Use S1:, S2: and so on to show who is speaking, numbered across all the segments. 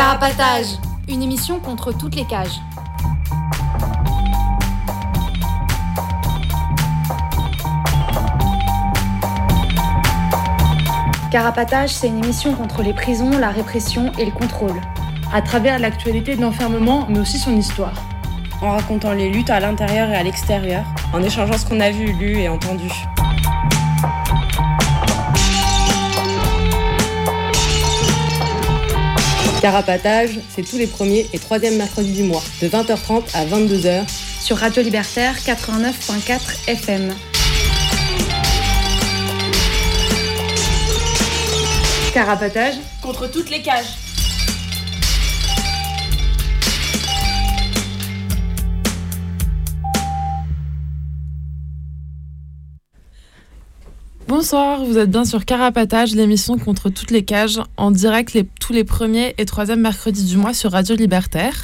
S1: Carapatage, une émission contre toutes les cages. Carapatage, c'est une émission contre les prisons, la répression et le contrôle.
S2: À travers l'actualité de l'enfermement, mais aussi son histoire.
S3: En racontant les luttes à l'intérieur et à l'extérieur, en échangeant ce qu'on a vu, lu et entendu. Carapatage, c'est tous les premiers et troisièmes mercredis du mois, de 20h30 à 22h,
S1: sur Radio Libertaire 89.4 FM.
S2: Carapatage contre toutes les cages.
S4: Bonsoir, vous êtes bien sur Carapatage, l'émission contre toutes les cages, en direct tous les premiers et troisièmes mercredis du mois sur Radio Libertaire.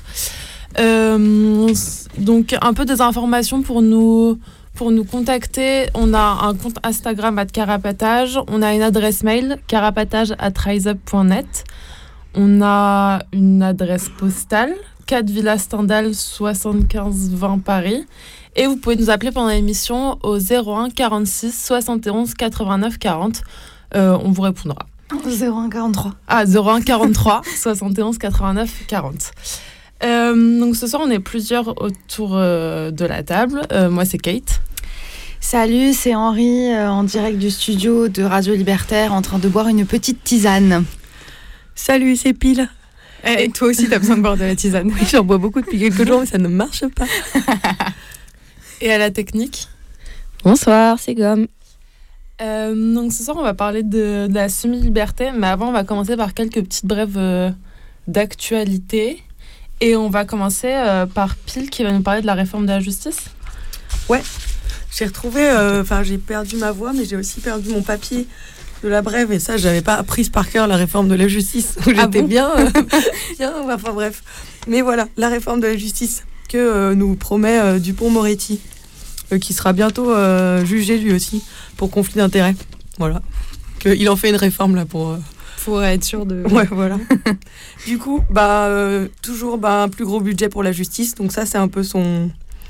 S4: Donc un peu des informations pour nous contacter. On a un compte Instagram @carapatage, on a une adresse mail carapatage@riseup.net, on a une adresse postale 4 Villa Stendhal 75 20 Paris. Et vous pouvez nous appeler pendant l'émission au 01 46 71 89 40. On vous répondra.
S1: 01 43.
S4: 01 43 71 89 40. Donc ce soir, on est plusieurs autour de la table. Moi, c'est Kate.
S1: Salut, c'est Henri, en direct du studio de Radio Libertaire, en train de boire une petite tisane.
S5: Salut, c'est Pile.
S4: Et toi aussi, t'as besoin de boire de la tisane.
S5: Oui, j'en bois beaucoup depuis quelques jours, mais ça ne marche pas.
S4: Et à la technique.
S5: Bonsoir, c'est Gomme.
S4: Donc ce soir, on va parler de la semi-liberté, mais avant, on va commencer par quelques petites brèves d'actualité. Et on va commencer par Pile qui va nous parler de la réforme de la justice.
S5: Ouais, j'ai retrouvé, j'ai perdu ma voix, mais j'ai aussi perdu mon papier de la brève, et ça, j'avais pas appris par cœur la réforme de la justice. J'étais bien, enfin bref. Mais voilà, la réforme de la justice que nous promet Dupond-Moretti, qui sera bientôt jugé lui aussi pour conflit d'intérêts. Voilà, il en fait une réforme là pour
S4: être sûr de...
S5: Ouais, voilà. Du coup, toujours un plus gros budget pour la justice. Donc ça, c'est un peu son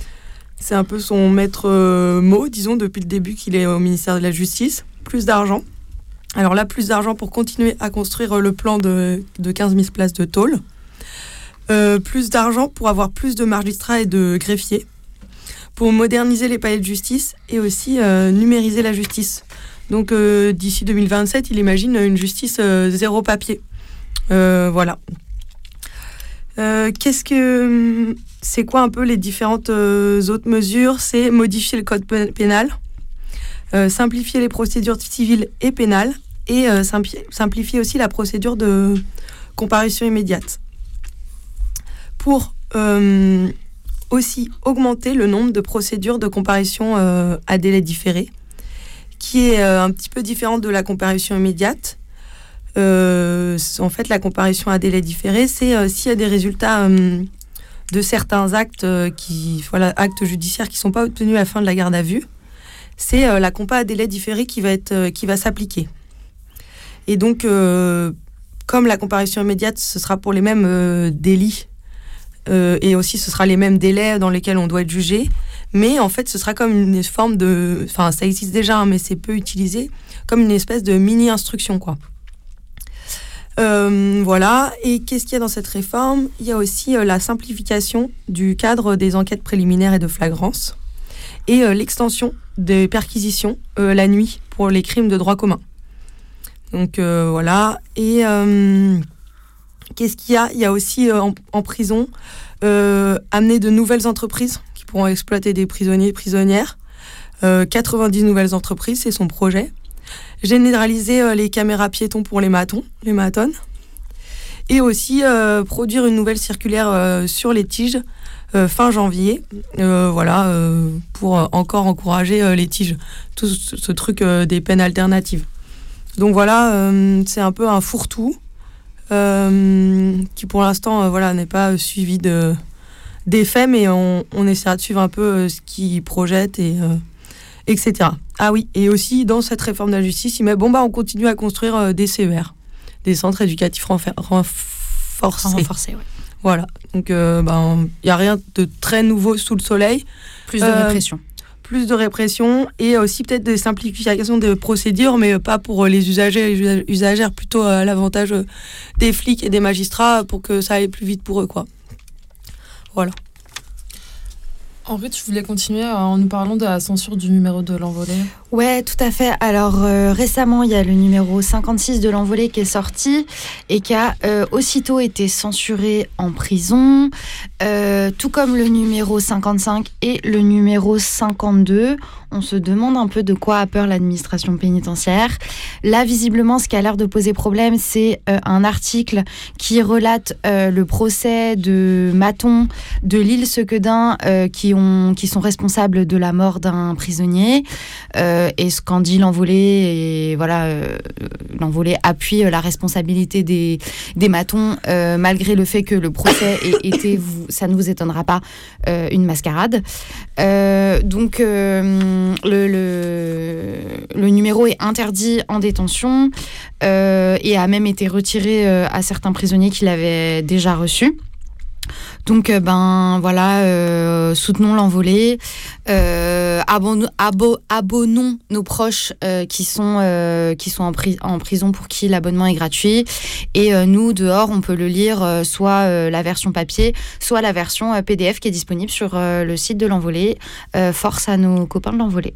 S5: maître mot, disons, depuis le début qu'il est au ministère de la Justice. Plus d'argent. Alors là, plus d'argent pour continuer à construire le plan de 15 000 places de tôle. Plus d'argent pour avoir plus de magistrats et de greffiers. Pour moderniser les palais de justice et aussi numériser la justice. Donc d'ici 2027, il imagine une justice zéro papier. Voilà. C'est quoi un peu les différentes autres mesures ? C'est modifier le code pénal, simplifier les procédures civiles et pénales, et simplifier aussi la procédure de comparution immédiate. Pour aussi augmenter le nombre de procédures de comparution à délai différé, qui est un petit peu différente de la comparution immédiate. En fait, la comparution à délai différé, c'est s'il y a des résultats de certains actes, actes judiciaires qui ne sont pas obtenus à la fin de la garde à vue, c'est la compa à délai différé qui va s'appliquer. Et donc, comme la comparution immédiate, ce sera pour les mêmes délits, et aussi ce sera les mêmes délais dans lesquels on doit être jugé, mais en fait ce sera comme une forme de... Enfin, ça existe déjà, mais c'est peu utilisé, comme une espèce de mini-instruction, quoi. Voilà. Et qu'est-ce qu'il y a dans cette réforme ? Il y a aussi la simplification du cadre des enquêtes préliminaires et de flagrance, et l'extension des perquisitions la nuit pour les crimes de droit commun. Donc voilà. Et qu'est-ce qu'il y a ? Il y a aussi en prison amener de nouvelles entreprises qui pourront exploiter des prisonniers et prisonnières. 90 nouvelles entreprises, c'est son projet. Généraliser les caméras piétons pour les matones. Et aussi produire une nouvelle circulaire sur les tiges fin janvier. Pour encore encourager les tiges. Tout ce truc des peines alternatives. Donc voilà, c'est un peu un fourre-tout. Qui pour l'instant n'est pas suivi des faits, mais on essaiera de suivre un peu ce qu'ils projettent, etc. Ah oui, et aussi dans cette réforme de la justice, il met on continue à construire des CER, des centres éducatifs renforcée.
S1: Ouais.
S5: Voilà, donc il n'y a rien de très nouveau sous le soleil.
S1: Plus de répression.
S5: Plus de répression et aussi peut-être des simplifications des procédures, mais pas pour les usagers et les usagères, plutôt à l'avantage des flics et des magistrats pour que ça aille plus vite pour eux, quoi. Voilà.
S4: Henri, tu voulais continuer en nous parlant de la censure du numéro de l'Envolée ?
S1: Ouais, tout à fait. Alors récemment, il y a le numéro 56 de l'Envolée qui est sorti et qui a aussitôt été censuré en prison, tout comme le numéro 55 et le numéro 52. On se demande un peu de quoi a peur l'administration pénitentiaire. Là, visiblement, ce qui a l'air de poser problème, c'est un article qui relate le procès de Maton, de l'île Sequedin, qui sont responsables de la mort d'un prisonnier. Et ce qu'en dit l'Envolée, et voilà, l'Envolée appuie la responsabilité des Matons, malgré le fait que le procès était, ça ne vous étonnera pas, une mascarade. Donc le numéro est interdit en détention et a même été retiré à certains prisonniers qui l'avaient déjà reçu. Donc voilà, soutenons l'Envolée, abonnons nos proches qui sont en prison pour qui l'abonnement est gratuit, et nous dehors on peut le lire soit la version papier, soit la version PDF qui est disponible sur le site de l'Envolée. Force à nos copains de l'Envolée.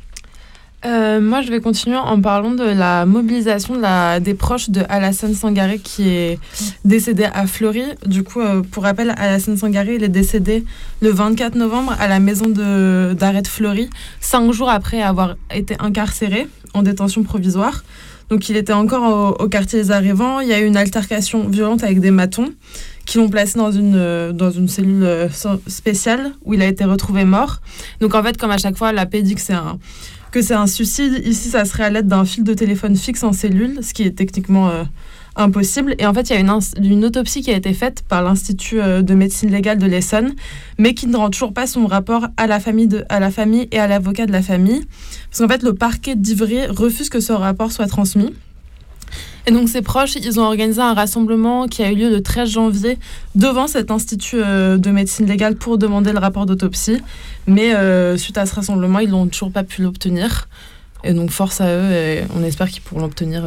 S4: Moi, je vais continuer en parlant de la mobilisation des proches de Alassane Sangaré qui est décédé à Fleury. Du coup, pour rappel, Alassane Sangaré, il est décédé le 24 novembre à la maison d'arrêt de Fleury, 5 jours après avoir été incarcéré en détention provisoire. Donc, il était encore au quartier des Arrivants. Il y a eu une altercation violente avec des matons qui l'ont placé dans une cellule spéciale où il a été retrouvé mort. Donc, en fait, comme à chaque fois, la paix dit que c'est un suicide. Ici, ça serait à l'aide d'un fil de téléphone fixe en cellule, ce qui est techniquement impossible. Et en fait, il y a une autopsie qui a été faite par l'Institut de médecine légale de l'Essonne, mais qui ne rend toujours pas son rapport à la famille et à l'avocat de la famille. Parce qu'en fait, le parquet d'Ivry refuse que ce rapport soit transmis. Et donc ses proches, ils ont organisé un rassemblement qui a eu lieu le 13 janvier devant cet institut de médecine légale pour demander le rapport d'autopsie. Mais suite à ce rassemblement, ils n'ont toujours pas pu l'obtenir. Et donc force à eux, et on espère qu'ils pourront l'obtenir.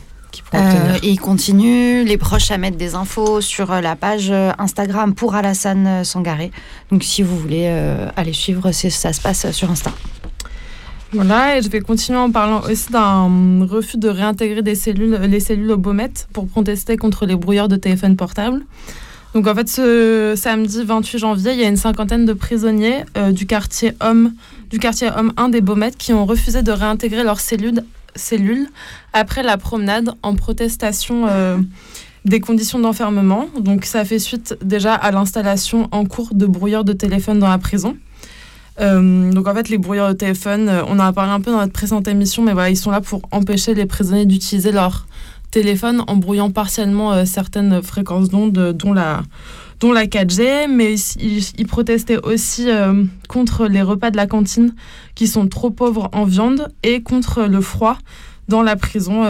S1: Et ils continuent, les proches, à mettre des infos sur la page Instagram pour Alassane Sangaré. Donc si vous voulez aller suivre, ça se passe sur Insta.
S4: Voilà, et je vais continuer en parlant aussi d'un refus de réintégrer les cellules au Baumette pour protester contre les brouilleurs de téléphone portable. Donc en fait, ce samedi 28 janvier, il y a une 50aine de prisonniers du quartier Homme 1 des Baumettes qui ont refusé de réintégrer leurs cellules après la promenade en protestation des conditions d'enfermement. Donc ça fait suite déjà à l'installation en cours de brouilleurs de téléphone dans la prison. Donc en fait, les brouilleurs de téléphone, on en a parlé un peu dans notre précédente émission, mais voilà, ils sont là pour empêcher les prisonniers d'utiliser leur téléphone en brouillant partiellement certaines fréquences d'ondes, dont la 4G, mais ils protestaient aussi contre les repas de la cantine qui sont trop pauvres en viande et contre le froid dans la prison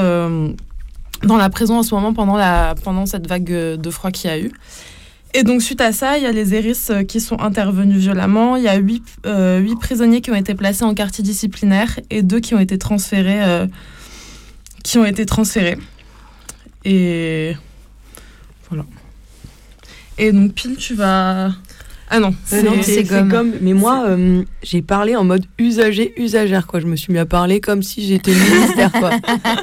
S4: en ce moment pendant cette vague de froid qu'il y a eu. Et donc, suite à ça, il y a les ERIS qui sont intervenus violemment. Il y a 8 prisonniers qui ont été placés en quartier disciplinaire et 2 qui ont été transférés. Et voilà. Et donc, Pile, tu vas... Ah non,
S5: c'est Gomme. Mais moi, j'ai parlé en mode usagère, quoi. Je me suis mis à parler comme si j'étais ministère, quoi.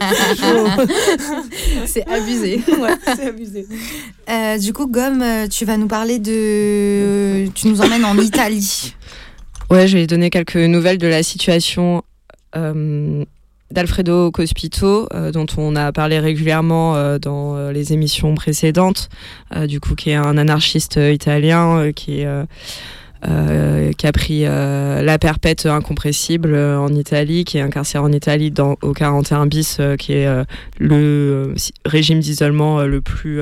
S1: C'est abusé.
S5: Ouais, c'est abusé.
S1: Du coup, Gomme, tu vas nous parler tu nous emmènes en Italie.
S6: Ouais, je vais donner quelques nouvelles de la situation d'Alfredo Cospito, dont on a parlé régulièrement dans les émissions précédentes, du coup, qui est un anarchiste italien qui a pris la perpète incompressible en Italie, qui est incarcéré en Italie au 41 bis, qui est le régime d'isolement le plus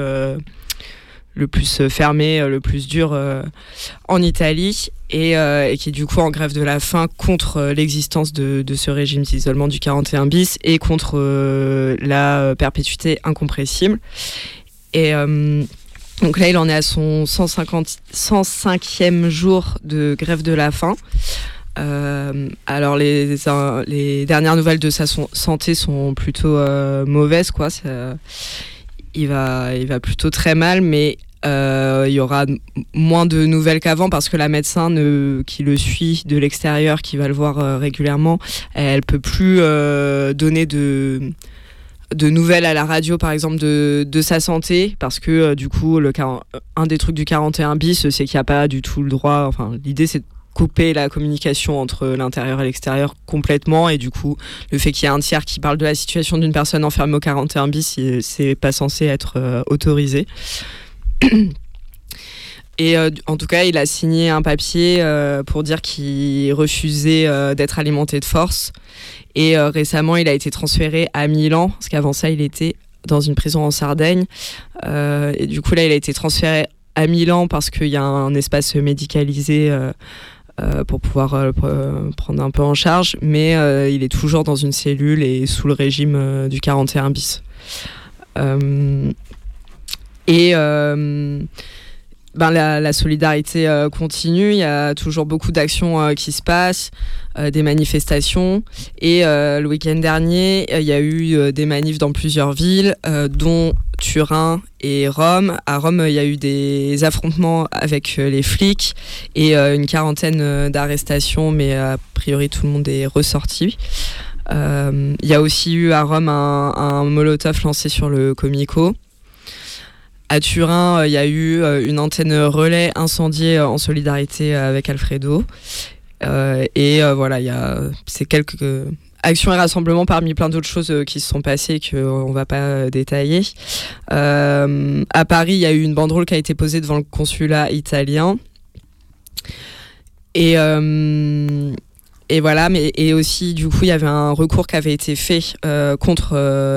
S6: fermé, le plus dur en Italie, et qui est du coup en grève de la faim contre l'existence de ce régime d'isolement du 41 bis et contre la perpétuité incompressible. Et Donc là, il en est à son 105e jour de grève de la faim. Alors les dernières nouvelles de sa santé sont plutôt mauvaises, quoi. Il va plutôt très mal, mais il y aura moins de nouvelles qu'avant parce que la médecin qui le suit de l'extérieur, qui va le voir régulièrement, elle peut plus donner de nouvelles à la radio, par exemple, de sa santé, parce que du coup, un des trucs du 41 bis, c'est qu'il n'y a pas du tout le droit. Enfin, l'idée, c'est de couper la communication entre l'intérieur et l'extérieur complètement, et du coup, le fait qu'il y ait un tiers qui parle de la situation d'une personne enfermée au 41 bis, c'est pas censé être autorisé. Et en tout cas, il a signé un papier pour dire qu'il refusait d'être alimenté de force. Et récemment, il a été transféré à Milan, parce qu'avant ça, il était dans une prison en Sardaigne. Et du coup, là, il a été transféré à Milan parce qu'il y a un espace médicalisé pour pouvoir prendre un peu en charge. Mais il est toujours dans une cellule et sous le régime du 41 bis. La solidarité continue, il y a toujours beaucoup d'actions qui se passent, des manifestations, et le week-end dernier, il y a eu des manifs dans plusieurs villes, dont Turin et Rome. À Rome, il y a eu des affrontements avec les flics et une quarantaine d'arrestations, mais a priori tout le monde est ressorti. Il y a aussi eu à Rome un molotov lancé sur le Comico. À Turin, il y a eu une antenne relais incendiée en solidarité avec Alfredo. Voilà, il y a ces quelques actions et rassemblements parmi plein d'autres choses qui se sont passées qu'on ne va pas détailler. À Paris, il y a eu une banderole qui a été posée devant le consulat italien. Et voilà, et aussi, du coup, il y avait un recours qui avait été fait contre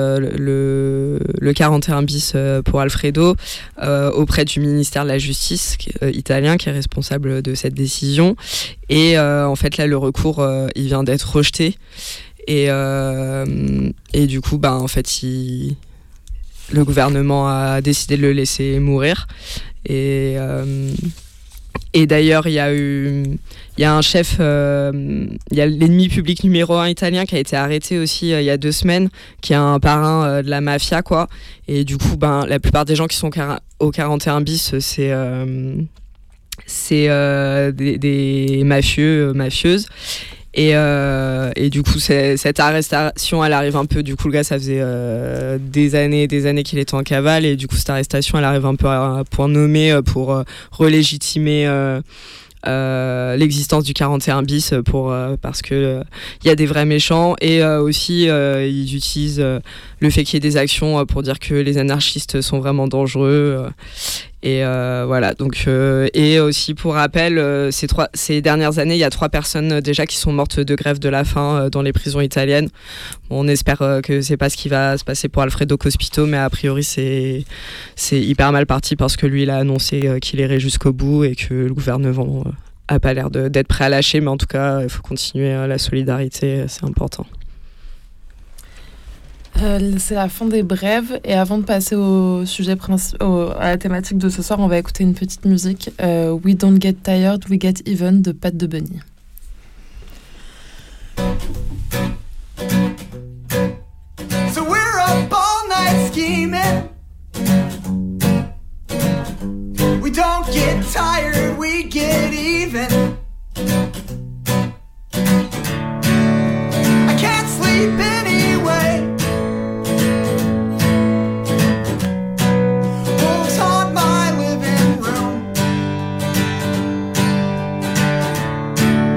S6: le 41 bis pour Alfredo auprès du ministère de la Justice italien, qui est responsable de cette décision. Et en fait, là, le recours, il vient d'être rejeté. Et du coup, en fait, le gouvernement a décidé de le laisser mourir. Et d'ailleurs, il y a un chef, il y a l'ennemi public numéro 1 italien qui a été arrêté aussi il y a 2 semaines, qui est un parrain de la mafia, quoi. Et du coup, la plupart des gens qui sont au 41 bis, c'est des mafieux, mafieuses. Et du coup, cette arrestation, elle arrive un peu. Du coup, le gars, ça faisait des années qu'il était en cavale, et du coup, cette arrestation, elle arrive un peu à point nommé pour relégitimer l'existence du 41 bis parce que il y a des vrais méchants, et aussi ils utilisent le fait qu'il y ait des actions pour dire que les anarchistes sont vraiment dangereux. Et voilà, donc et aussi pour rappel, ces dernières années, il y a 3 personnes déjà qui sont mortes de grève de la faim dans les prisons italiennes. On espère que c'est pas ce qui va se passer pour Alfredo Cospito, mais a priori c'est hyper mal parti, parce que lui, il a annoncé qu'il irait jusqu'au bout, et que le gouvernement a pas l'air d'être prêt à lâcher. Mais en tout cas, il faut continuer la solidarité, c'est important.
S4: C'est la fin des brèves, et avant de passer au sujet à la thématique de ce soir, on va écouter une petite musique. We Don't Get Tired, We Get Even de Pat de Bunny.
S7: So we're up all night scheming. We don't get tired, we get even. I can't sleep anyway. Wolves haunt my living room.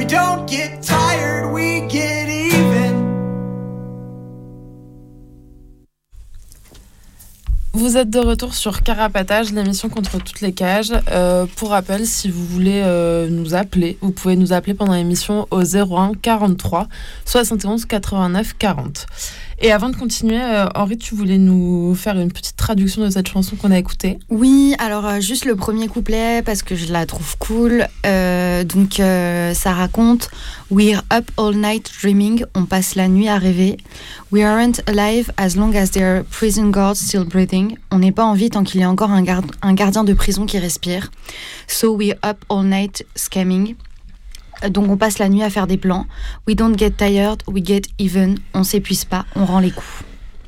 S7: don't get tired, we get even.
S4: Vous êtes de retour sur Carapatage, l'émission contre toutes les cages. Pour rappel, si vous voulez nous appeler, vous pouvez nous appeler pendant l'émission au 01 43 71 89 40. Et avant de continuer, Henri, tu voulais nous faire une petite traduction de cette chanson qu'on a écoutée.
S1: Oui, alors juste le premier couplet parce que je la trouve cool. Ça raconte We're up all night dreaming, on passe la nuit à rêver. We aren't alive as long as there are prison guards still breathing. On n'est pas en vie tant qu'il y a encore un gardien de prison qui respire. So we're up all night scamming. Donc on passe la nuit à faire des plans. We don't get tired, we get even. On s'épuise pas, on rend les coups.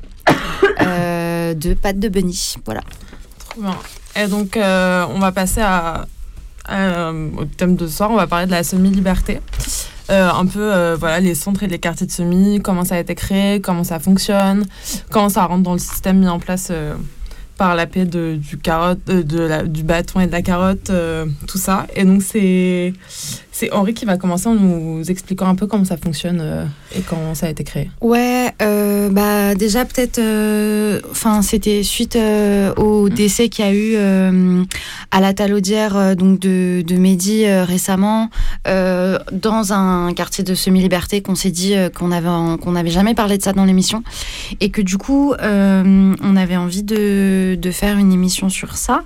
S1: De Pat de Bunny, voilà.
S4: Trop bien. Et donc on va passer au thème de ce soir. On va parler de la semi-liberté. Un peu voilà, les centres et les quartiers de semi, comment ça a été créé, comment ça fonctionne, comment ça rentre dans le système mis en place par la paix du bâton et de la carotte, tout ça. Et donc c'est Henri qui va commencer en nous expliquant un peu comment ça fonctionne et comment ça a été créé.
S1: Ouais, déjà peut-être, c'était suite au décès qu'il y a eu à la Talaudière donc de Mehdi récemment, dans un quartier de semi-liberté qu'on s'est dit qu'on n'avait jamais parlé de ça dans l'émission et que du coup on avait envie de faire une émission sur ça.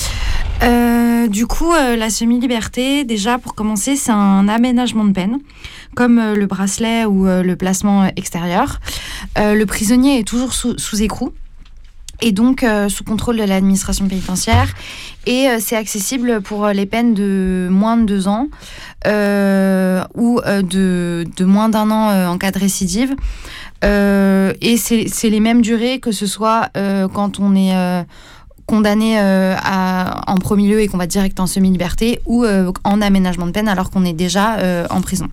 S1: La semi-liberté, déjà pour commencer, c'est un aménagement de peine, comme le bracelet ou le placement extérieur. Le prisonnier est toujours sous écrou et donc sous contrôle de l'administration pénitentiaire et c'est accessible pour les peines de moins de 2 ans ou de moins d'1 an en cas de récidive. Et c'est les mêmes durées que ce soit quand on est condamné en premier lieu et qu'on va direct en semi-liberté ou en aménagement de peine alors qu'on est déjà en prison.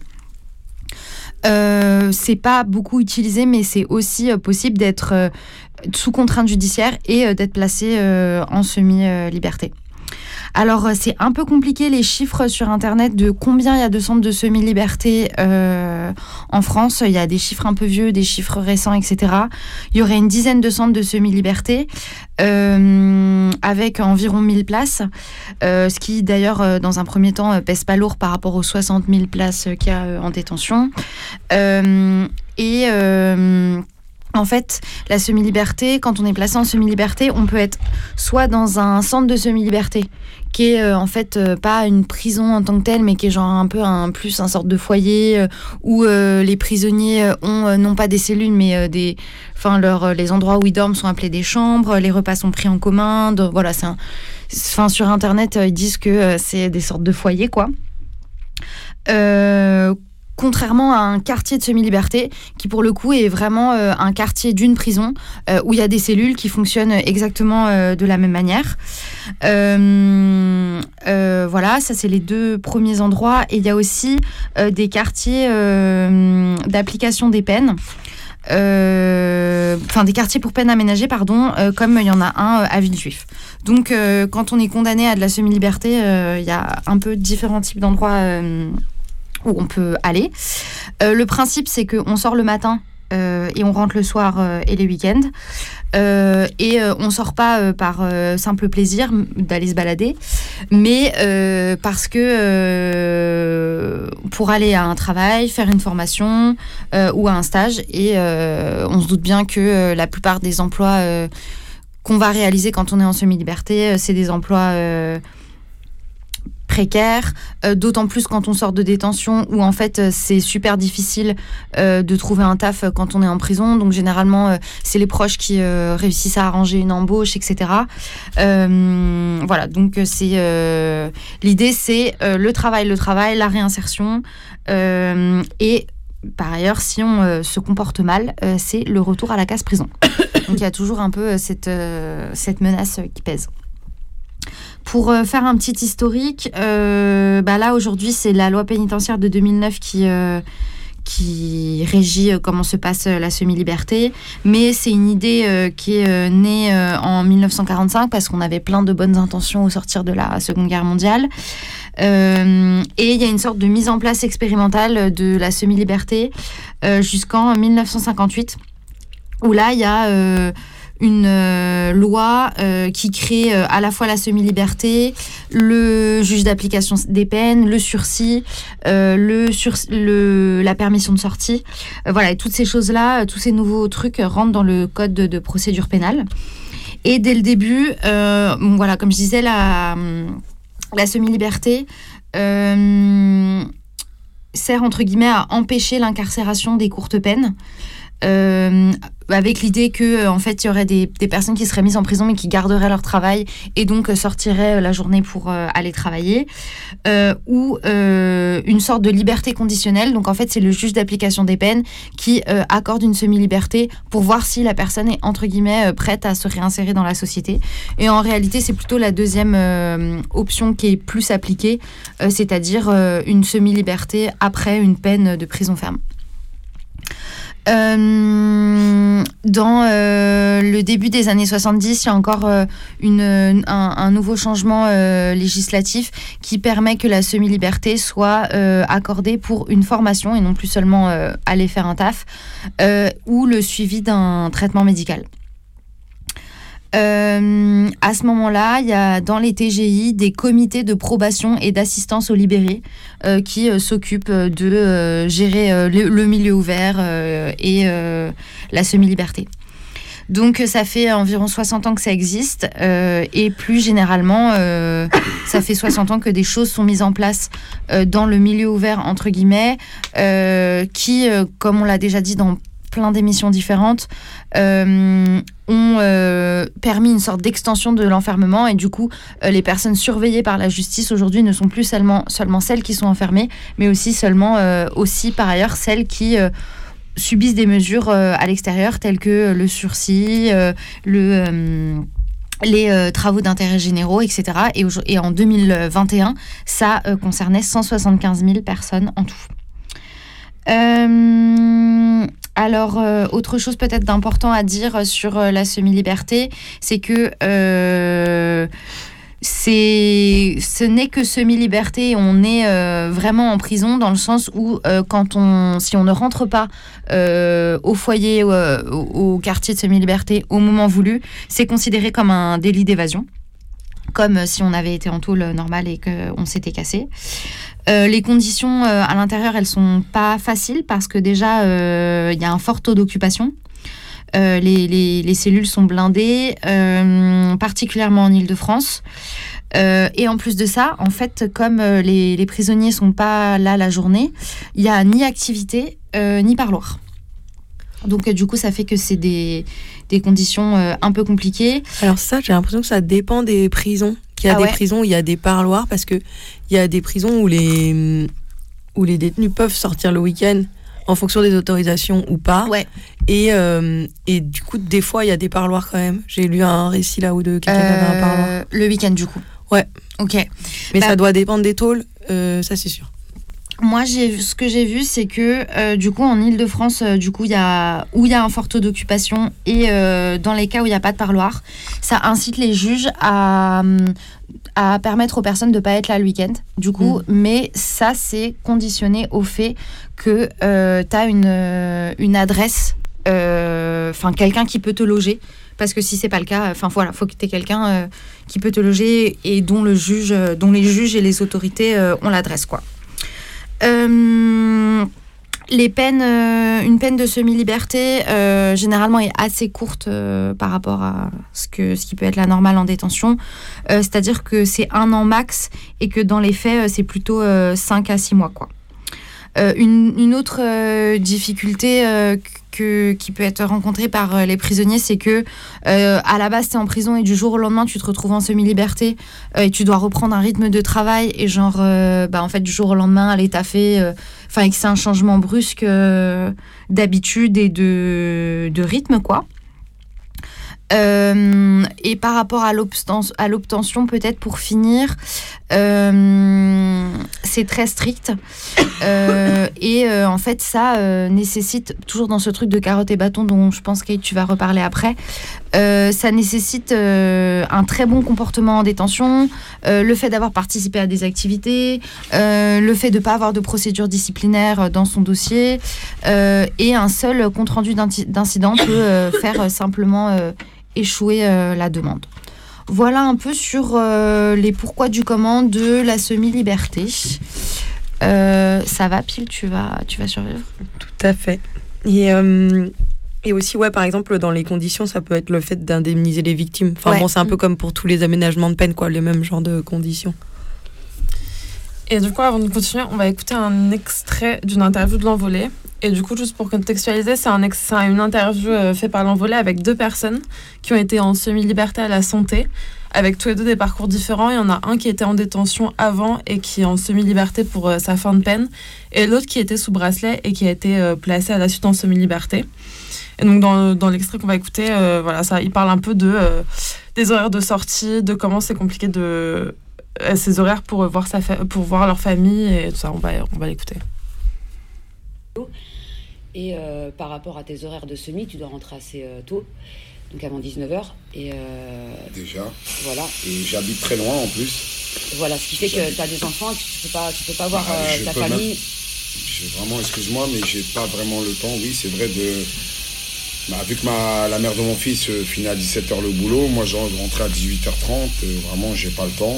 S1: C'est pas beaucoup utilisé, mais c'est aussi possible d'être sous contrainte judiciaire et d'être placé en semi-liberté. Alors, c'est un peu compliqué les chiffres sur Internet de combien il y a de centres de semi-liberté en France. Il y a des chiffres un peu vieux, des chiffres récents, etc. Il y aurait une dizaine de centres de semi-liberté avec environ 1000 places, ce qui d'ailleurs, dans un premier temps, pèse pas lourd par rapport aux 60 000 places qu'il y a en détention. En fait, la semi-liberté, quand on est placé en semi-liberté, on peut être soit dans un centre de semi-liberté, qui est en fait pas une prison en tant que telle, mais qui est genre un peu plus un sorte de foyer où les prisonniers ont non pas des cellules, mais les endroits où ils dorment sont appelés des chambres, les repas sont pris en commun. Voilà, sur Internet, ils disent que c'est des sortes de foyers, quoi. Contrairement à un quartier de semi-liberté qui pour le coup est vraiment un quartier d'une prison où il y a des cellules qui fonctionnent exactement de la même manière. Voilà, ça c'est les 2 premiers endroits. Et il y a aussi des quartiers d'application des peines. Des quartiers pour peine aménagée, comme il y en a un à Villejuif. Donc quand on est condamné à de la semi-liberté, il y a un peu différents types d'endroits où on peut aller. Le principe, c'est qu'on sort le matin et on rentre le soir et les week-ends. On sort pas par simple plaisir d'aller se balader, mais parce que pour aller à un travail, faire une formation ou à un stage. Et on se doute bien que la plupart des emplois qu'on va réaliser quand on est en semi-liberté, c'est des emplois précaire, d'autant plus quand on sort de détention où en fait c'est super difficile de trouver un taf quand on est en prison, donc généralement c'est les proches qui réussissent à arranger une embauche, etc. Voilà, donc l'idée c'est le travail, la réinsertion et par ailleurs, si on se comporte mal, c'est le retour à la case prison. Donc il y a toujours un peu cette menace qui pèse. Pour faire un petit historique, là aujourd'hui c'est la loi pénitentiaire de 2009 qui régit comment se passe la semi-liberté, mais c'est une idée qui est née en 1945 parce qu'on avait plein de bonnes intentions au sortir de la Seconde Guerre mondiale. Et il y a une sorte de mise en place expérimentale de la semi-liberté jusqu'en 1958, où là, il y a une loi qui crée à la fois la semi-liberté, le juge d'application des peines, le sursis, la permission de sortie. Voilà, et toutes ces choses-là, tous ces nouveaux trucs rentrent dans le code de procédure pénale. Et dès le début, voilà, comme je disais, la semi-liberté sert, entre guillemets, à empêcher l'incarcération des courtes peines. Avec l'idée que en fait il y aurait des personnes qui seraient mises en prison mais qui garderaient leur travail et donc sortiraient la journée pour aller travailler, ou une sorte de liberté conditionnelle. Donc en fait c'est le juge d'application des peines qui accorde une semi-liberté pour voir si la personne est, entre guillemets, prête à se réinsérer dans la société. Et en réalité c'est plutôt la deuxième option qui est plus appliquée, c'est-à-dire une semi-liberté après une peine de prison ferme. Dans le début des années 70, il y a encore un nouveau changement législatif qui permet que la semi-liberté soit accordée pour une formation et non plus seulement aller faire un taf, ou le suivi d'un traitement médical. À ce moment-là, il y a dans les TGI des comités de probation et d'assistance aux libérés qui s'occupent de gérer le milieu ouvert et la semi-liberté. Donc ça fait environ 60 ans que ça existe, et plus généralement, ça fait 60 ans que des choses sont mises en place dans le milieu ouvert, entre guillemets, qui, comme on l'a déjà dit dans plein d'émissions différentes, ont permis une sorte d'extension de l'enfermement, et du coup les personnes surveillées par la justice aujourd'hui ne sont plus seulement celles qui sont enfermées, mais aussi par ailleurs celles qui subissent des mesures à l'extérieur telles que le sursis, les travaux d'intérêt généraux, etc. Et en 2021, ça concernait 175 000 personnes en tout. Alors, autre chose peut-être d'important à dire sur la semi-liberté, c'est que ce n'est que semi-liberté. On est vraiment en prison dans le sens où si on ne rentre pas au foyer, au quartier de semi-liberté au moment voulu, c'est considéré comme un délit d'évasion, comme si on avait été en tôle normale et qu'on s'était cassé. Les conditions à l'intérieur, elles sont pas faciles parce que déjà, il y a un fort taux d'occupation. Les cellules sont blindées, particulièrement en Île-de-France. Et en plus de ça, en fait, comme les prisonniers sont pas là la journée, il y a ni activité ni parloir. Donc du coup, ça fait que c'est des conditions un peu compliquées.
S5: Alors ça, j'ai l'impression que ça dépend des prisons. Il y a des prisons où il y a des parloirs, parce que il y a des prisons où les détenus peuvent sortir le week-end en fonction des autorisations ou pas.
S1: Ouais.
S5: Et du coup, des fois, il y a des parloirs quand même. J'ai lu un récit là où de quelqu'un qui avait un parloir.
S1: Le week-end, du coup.
S5: Ouais.
S1: Ok.
S5: Mais ça doit dépendre des tôles, ça c'est sûr.
S1: Moi, ce que j'ai vu, c'est que du coup, en Île-de-France, où il y a un fort taux d'occupation et dans les cas où il n'y a pas de parloir, ça incite les juges à permettre aux personnes de ne pas être là le week-end, du coup. Mais ça, c'est conditionné au fait que tu as une adresse, quelqu'un qui peut te loger. Parce que si c'est pas le cas, faut que tu aies quelqu'un qui peut te loger et dont les juges et les autorités ont l'adresse, quoi. Les peines, une peine de semi-liberté généralement est assez courte par rapport à ce qui peut être la normale en détention. C'est-à-dire que c'est 1 an max et que dans les faits, c'est plutôt 5 à 6 mois, quoi. Une autre difficulté qui peut être rencontrée par les prisonniers, c'est que à la base, tu es en prison et du jour au lendemain, tu te retrouves en semi-liberté et tu dois reprendre un rythme de travail et en fait, du jour au lendemain, aller taffer, et que c'est un changement brusque d'habitude et de rythme, quoi. Et par rapport à l'obtention, peut-être pour finir, c'est très strict. Et en fait, ça nécessite, toujours dans ce truc de carotte et bâton dont je pense, Kate, tu vas reparler après, ça nécessite un très bon comportement en détention, le fait d'avoir participé à des activités, le fait de ne pas avoir de procédure disciplinaire dans son dossier, et un seul compte-rendu d'incident peut faire simplement échouer la demande. Voilà un peu sur les pourquoi du comment de la semi-liberté. Ça va, Pile, tu vas survivre?
S5: Tout à fait. Et aussi, par exemple, dans les conditions, ça peut être le fait d'indemniser les victimes. Enfin, bon, c'est un peu comme pour tous les aménagements de peine, quoi, les mêmes genres de conditions.
S4: Et du coup, avant de continuer, on va écouter un extrait d'une interview de l'Envolée. Et du coup, juste pour contextualiser, c'est une interview faite par l'Envolée avec 2 personnes qui ont été en semi-liberté à la santé, avec tous les 2 des parcours différents. Il y en a un qui était en détention avant et qui est en semi-liberté pour sa fin de peine, et l'autre qui était sous bracelet et qui a été placé à la suite en semi-liberté. Et donc, dans l'extrait qu'on va écouter, il parle un peu des horaires de sortie, de comment c'est compliqué ces horaires pour voir leur famille et tout ça. On va l'écouter.
S8: Et par rapport à tes horaires de semi, tu dois rentrer assez tôt, donc avant 19h.
S9: Déjà.
S8: Voilà.
S9: Et j'habite très loin en plus.
S8: Voilà, ce qui fait que tu as des enfants et que tu peux pas voir ta famille.
S9: J'ai vraiment, excuse-moi, mais j'ai pas vraiment le temps. Oui, c'est vrai vu que la mère de mon fils finit à 17h le boulot, moi je rentrais à 18h30, vraiment j'ai pas le temps.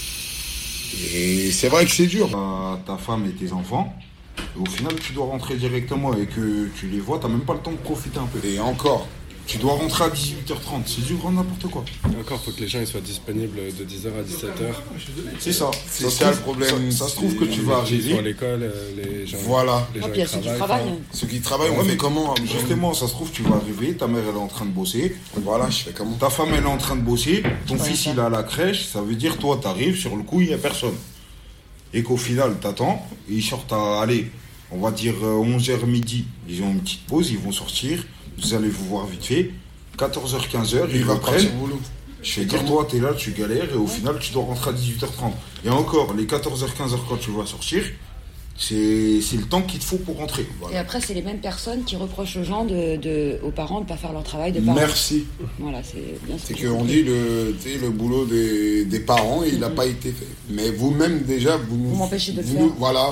S9: Et c'est vrai que c'est dur. Ta femme et tes enfants, au final tu dois rentrer directement et que tu les vois, t'as même pas le temps de profiter un peu. Et encore, tu dois rentrer à 18h30, c'est du grand n'importe quoi.
S10: Et encore, faut que les gens ils soient disponibles de 10h à 17h.
S9: C'est ça, c'est ça le problème. Ça se trouve que tu vas arriver.
S10: Ils sont à l'école, les gens,
S9: voilà.
S10: Les gens
S8: puis il y a ceux qui travaillent.
S9: Ceux qui travaillent, ouais, mais comment? Justement, ça se trouve, tu vas arriver, ta mère elle est en train de bosser. Voilà, je fais comment? Ta femme elle est en train de bosser, ton fils il est à la crèche, ça veut dire toi t'arrives, sur le coup il n'y a personne. Et qu'au final t'attends, et ils sortent on va dire 11h midi, ils ont une petite pause, ils vont sortir. Vous allez vous voir vite fait, 14h, 15h, ils reprennent. Je fais dire, toi, t'es là, tu galères, et au final, tu dois rentrer à 18h30. Et encore, les 14h, 15h, quand tu vas sortir, c'est le temps qu'il te faut pour rentrer. Voilà.
S8: Et après, c'est les mêmes personnes qui reprochent aux gens, aux parents de ne pas faire leur travail.
S9: Merci.
S8: Voilà, c'est bien.
S9: C'est qu'on dit le boulot des parents, il n'a pas été fait. Mais vous-même, déjà, vous
S8: m'empêchez de le faire.
S9: Voilà.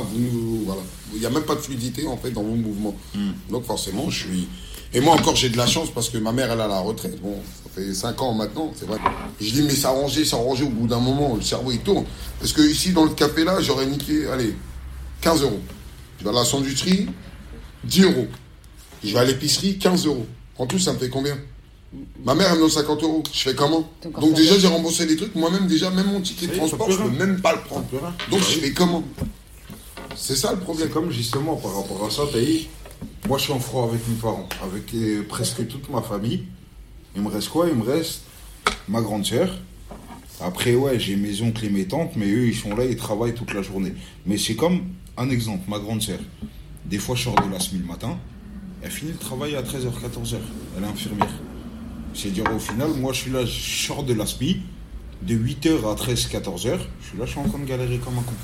S9: Il n'y a même pas de fluidité, en fait, dans vos mouvements. Donc, forcément, je suis... Et moi encore j'ai de la chance parce que ma mère elle a la retraite. Bon, ça fait 5 ans maintenant, c'est vrai. Et je dis mais s'arranger au bout d'un moment, le cerveau il tourne. Parce que ici dans le café là, j'aurais niqué, 15 €. Je vais à la sandwicherie, 10 €. Je vais à l'épicerie, 15 €. En tout ça me fait combien? Ma mère elle me donne 50 €. Je fais comment? Donc déjà j'ai remboursé des trucs, moi-même déjà, même mon ticket de transport, je peux même pas le prendre. Donc je fais comment? C'est ça le problème.
S11: C'est comme justement par rapport à ça, t'as dit. Moi, je suis en froid avec mes parents, avec presque toute ma famille. Il me reste quoi? Il me reste ma grande sœur. Après, j'ai mes oncles et mes tantes, mais eux, ils sont là, ils travaillent toute la journée. Mais c'est comme un exemple, ma grande sœur. Des fois, je sors de la SMI le matin, elle finit le travail à 13h, 14h. Elle est infirmière. C'est-à-dire, au final, moi, je suis là, je sors de la SMI, de 8h à 13, 14h, je suis là, je suis en train de galérer comme un con.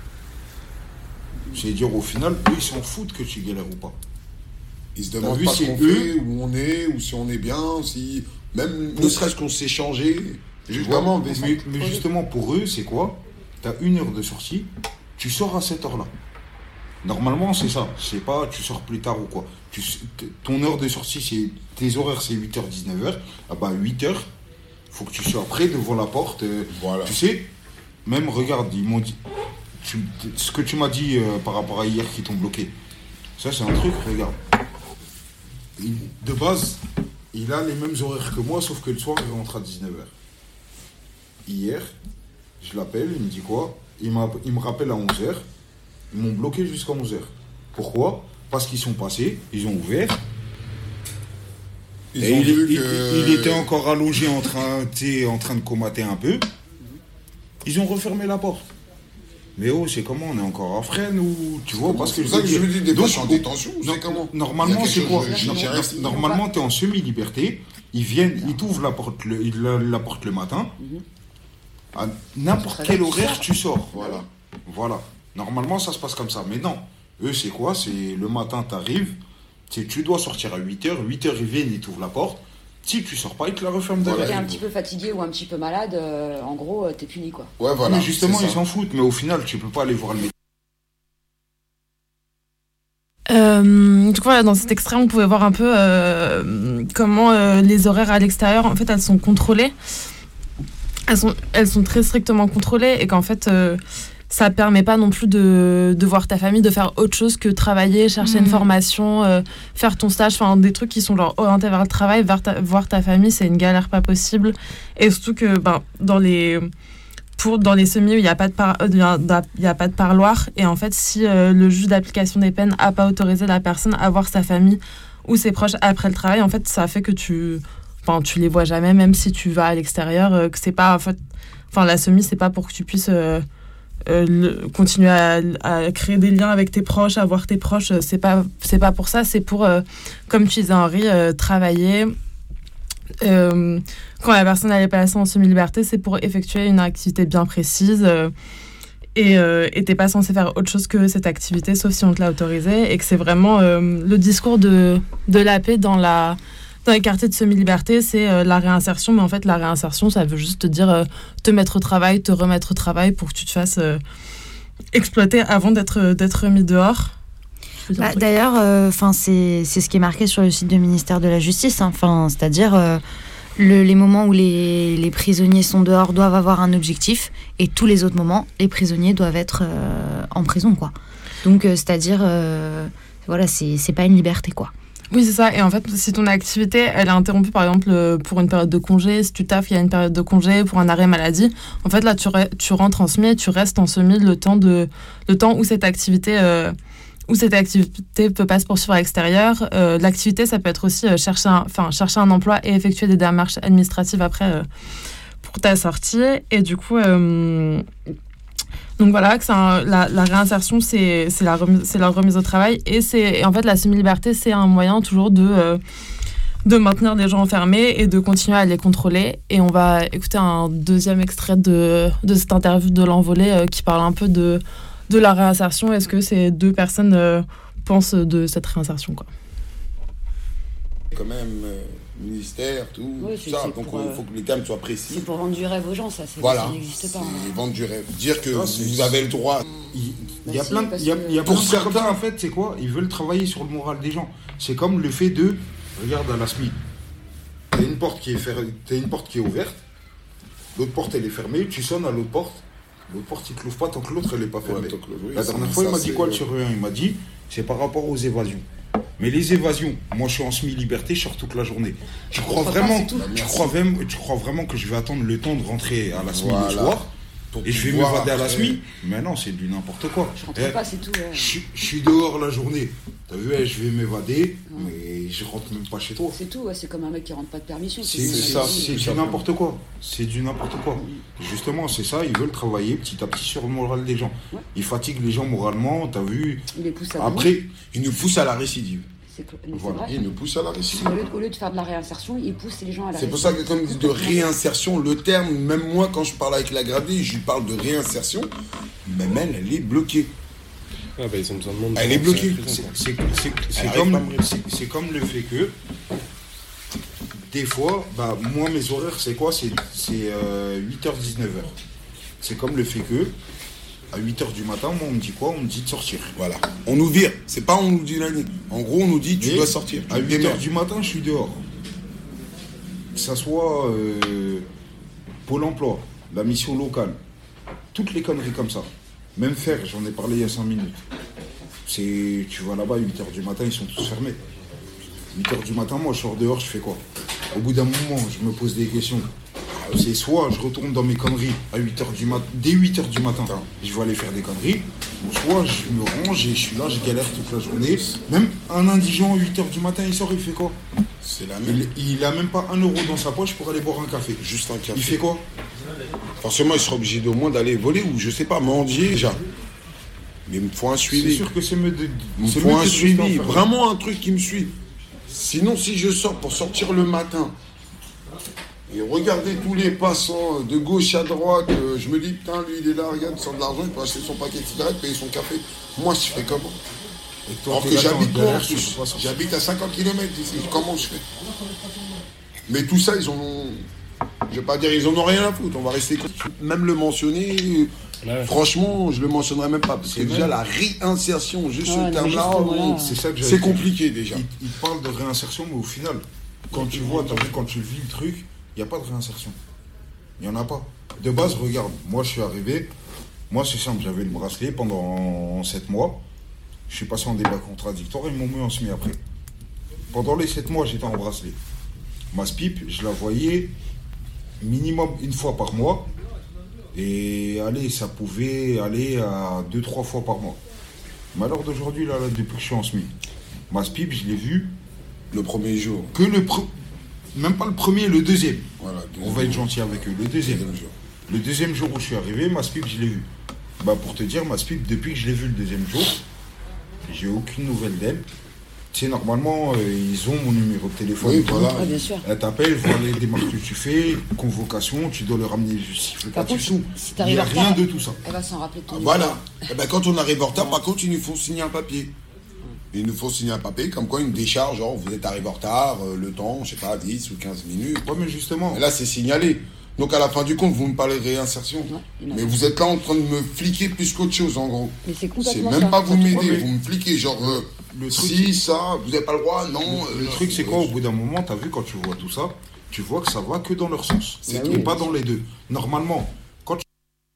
S11: C'est-à-dire, au final, eux, ils s'en foutent que tu galères ou pas.
S9: Ils se demandent pas ce qu'on fait, où on est, ou si on est bien, si... Même, ne serait-ce qu'on s'est changé.
S11: Justement, mais justement, pour eux, c'est quoi? T'as 1 heure de sortie, tu sors à cette heure-là. Normalement, c'est ça. C'est pas tu sors plus tard ou quoi. Ton heure de sortie, tes horaires, c'est 8h, 19h. Ah bah, 8h, faut que tu sois près devant la porte.
S9: Voilà.
S11: Tu sais, même, regarde, ils m'ont dit... ce que tu m'as dit par rapport à hier qui t'ont bloqué, ça c'est un truc, regarde. De base, il a les mêmes horaires que moi, sauf que le soir, il rentre à 19h. Hier, je l'appelle, il me dit quoi? Il me rappelle à 11h. Ils m'ont bloqué jusqu'à 11h. Pourquoi? Parce qu'ils sont passés, ils ont ouvert. Il était encore allongé en train de comater un peu. Ils ont refermé la porte. Mais c'est comment? On est encore à Fresnes ou tu vois? Parce que
S9: c'est ça que je me dis, des fois je suis en détention, c'est comment?
S11: Normalement, c'est quoi? Normalement, tu es en semi-liberté. Ils viennent, ils t'ouvrent la porte le matin. À n'importe quel horaire, tu sors. Voilà. Normalement, ça se passe comme ça. Mais non. Eux, c'est quoi? C'est le matin, t'arrives, tu dois sortir à 8h. 8h, ils viennent, ils t'ouvrent la porte. Si tu sors pas, ils te la referment derrière.
S8: Si t'es un petit peu fatigué ou un petit peu malade, en gros, t'es puni, quoi.
S9: Ouais, voilà.
S11: Mais justement, ils s'en foutent. Mais au final, tu peux pas aller voir le médecin.
S4: Du coup, voilà, dans cet extrait, on pouvait voir un peu comment les horaires à l'extérieur, en fait, elles sont contrôlées. Elles sont très strictement contrôlées et qu'en fait, ça permet pas non plus de voir ta famille, de faire autre chose que travailler, chercher une formation, faire ton stage, enfin des trucs qui sont genre orientés vers le travail, voir ta famille, c'est une galère pas possible. Et surtout que dans les semis où il n'y a pas de parloir, et en fait si le juge d'application des peines n'a pas autorisé la personne à voir sa famille ou ses proches après le travail, en fait ça fait que tu les vois jamais, même si tu vas à l'extérieur, que c'est pas en fait, la semi c'est pas pour que tu puisses continuer à créer des liens avec tes proches, à voir tes proches, c'est pas pour ça, c'est pour comme tu disais Henri, travailler. Quand la personne elle est placée en semi-liberté, c'est pour effectuer une activité bien précise et t'es pas censé faire autre chose que cette activité sauf si on te l'a autorisé, et que c'est vraiment le discours de la paix dans les quartiers de semi-liberté, c'est la réinsertion, mais en fait la réinsertion ça veut juste te dire te mettre au travail, te remettre au travail pour que tu te fasses exploiter avant d'être mis dehors.
S1: D'ailleurs, c'est ce qui est marqué sur le site du ministère de la Justice, c'est-à-dire les moments où les prisonniers sont dehors doivent avoir un objectif, et tous les autres moments, les prisonniers doivent être en prison, quoi. Donc, c'est-à-dire, voilà, c'est pas une liberté, quoi.
S4: Oui, c'est ça. Et en fait, si ton activité, elle est interrompue, par exemple, pour une période de congé, si tu taffes, il y a une période de congé, pour un arrêt maladie, en fait, là, tu rentres en semi et tu restes en semi le temps où cette activité peut pas se poursuivre à l'extérieur. L'activité, ça peut être aussi chercher un emploi et effectuer des démarches administratives après pour ta sortie. Et du coup, donc voilà, que la réinsertion, c'est la remise au travail. Et en fait, la semi-liberté, c'est un moyen toujours de maintenir des gens enfermés et de continuer à les contrôler. Et on va écouter un deuxième extrait de cette interview de l'Envolée qui parle un peu de la réinsertion. Est-ce que ces deux personnes pensent de cette réinsertion, quoi.
S9: Quand même, ministère, tout ça. Donc il faut que les termes soient précis.
S8: C'est pour vendre du rêve aux gens, ça.
S9: Voilà.
S8: Ça n'existe pas.
S9: C'est vendre du rêve. Dire que vous avez le droit.
S11: Il y a plein de pour certains, en fait, c'est quoi? Ils veulent travailler sur le moral des gens. C'est comme le fait de, regarde à la SMI, t'as une porte qui est ouverte, l'autre porte elle est fermée, tu sonnes à l'autre porte, il te l'ouvre pas tant que l'autre elle est pas fermée. La dernière fois il m'a dit quoi le surveillant? Il m'a dit c'est par rapport aux évasions. Mais les évasions, moi je suis en semi-liberté, je sors toute la journée. Tu crois vraiment que je vais attendre le temps de rentrer à la SMI le soir et je vais m'évader à la SMI? Mais non, c'est du n'importe quoi.
S8: Je rentre pas, c'est tout.
S11: Je suis dehors la journée. T'as vu, je vais m'évader, mais je rentre même pas chez toi.
S8: C'est tout, c'est comme un mec qui rentre pas de permission.
S11: C'est du n'importe quoi. C'est du n'importe quoi. Justement, c'est ça, ils veulent travailler petit à petit sur le moral des gens. Ouais. Ils fatiguent les gens moralement, t'as vu.
S8: Ils les poussent à
S9: après, ils nous poussent à la récidive.
S8: Voilà.
S9: Ils nous poussent à la récidive.
S8: Au lieu de faire de la réinsertion, ils poussent les gens à la récidive.
S9: C'est pour ça que, comme dit de réinsertion, le terme, même moi, quand je parle avec la gradée, je lui parle de réinsertion, même elle est bloquée.
S10: Ah bah ils ont besoin de monde.
S9: Elle est bloquée.
S11: C'est comme le fait que des fois, moi mes horaires c'est quoi? C'est 8h-19h. C'est comme le fait que à 8h du matin, moi on me dit quoi? On me dit de sortir.
S9: Voilà. On nous vire. C'est pas on nous dit la nuit. En gros on nous dit tu dois sortir.
S11: À 8h du matin je suis dehors. Que ça soit Pôle emploi, la mission locale, toutes les conneries comme ça. Même faire, j'en ai parlé il y a 5 minutes. Tu vas là-bas, 8h du matin, ils sont tous fermés. 8h du matin, moi, je sors dehors, je fais quoi? Au bout d'un moment, je me pose des questions. C'est soit je retourne dans mes conneries à 8h du matin, dès 8h du matin, je vais aller faire des conneries, ou soit je me range et je suis là, je galère toute la journée. Même un indigent, à 8h du matin, il sort, il fait quoi?
S9: C'est la même.
S11: Il a même pas 1 euro dans sa poche pour aller boire un café.
S9: Juste un café.
S11: Il fait quoi?
S9: Forcément, il sera obligé au moins d'aller voler ou je sais pas, mendier déjà. Mais il me faut un suivi.
S11: C'est sûr que c'est mieux de.
S9: Il me faut un suivi, vraiment un truc qui me suit. Sinon, si je sors pour sortir le matin et regarder tous les passants de gauche à droite, je me dis putain, lui il est là, regarde, il sort de l'argent, il peut acheter son paquet de cigarettes, payer son café. Moi, je fais comment? Alors que j'habite loin en plus. J'habite à 50 km d'ici. Comment je fais? Mais tout ça, ils en ont... Je vais pas dire ils en ont rien à foutre. On va rester... Même le mentionner... Franchement, je le mentionnerai même pas. Parce que déjà, la réinsertion, juste ce terme-là, c'est compliqué déjà.
S11: Il parle de réinsertion, mais au final, quand tu vois, quand tu vis le truc, il n'y a pas de réinsertion. Il n'y en a pas. De base, regarde, moi je suis arrivé, moi c'est simple, j'avais le bracelet pendant 7 mois. Je suis passé en débat contradictoire, ils m'ont mis en semi après. Pendant les 7 mois, j'étais en bracelet. Ma SPIP, je la voyais minimum une fois par mois. Et allez, ça pouvait aller à 2-3 fois par mois. Mais alors d'aujourd'hui, là, depuis que je suis en SMI, ma SPIP, je l'ai vue
S9: le premier jour.
S11: Même pas le premier, le deuxième.
S9: Voilà,
S11: on va être gentil avec eux, le deuxième. Le deuxième jour où je suis arrivé, ma SPIP, je l'ai vue. Bah, pour te dire, ma SPIP, depuis que je l'ai vue le deuxième jour, j'ai aucune nouvelle d'elle. Tu sais, normalement, ils ont mon numéro de téléphone.
S9: Oui, voilà.
S8: Ah, bien sûr.
S11: Elle t'appelle, voir les démarches que tu fais, convocation, tu dois leur ramener justificatif.
S8: Si
S11: il n'y a rien de tout ça.
S8: Elle va s'en rappeler de ton
S9: Voilà. Et ben, quand on arrive en retard, par contre, ils nous font signer un papier. Ils nous font signer un papier, comme quoi une décharge, genre, vous êtes arrivé en retard, le temps, je sais pas, 10 ou 15 minutes.
S11: Ouais, mais justement.
S9: Et là, c'est signalé. Donc, à la fin du compte, vous me parlez de réinsertion. Mais vous êtes là en train de me fliquer plus qu'autre chose, en gros.
S8: Mais c'est
S9: C'est
S8: complètement
S9: même pas vous m'aider,
S11: mais...
S9: vous me fliquez, genre,
S11: le truc,
S9: si, ça, vous n'avez pas le droit, non.
S11: Le truc, c'est quoi, au bout d'un moment, t'as vu, quand tu vois tout ça, tu vois que ça va que dans leur sens. Et pas dans les deux. Normalement, quand tu...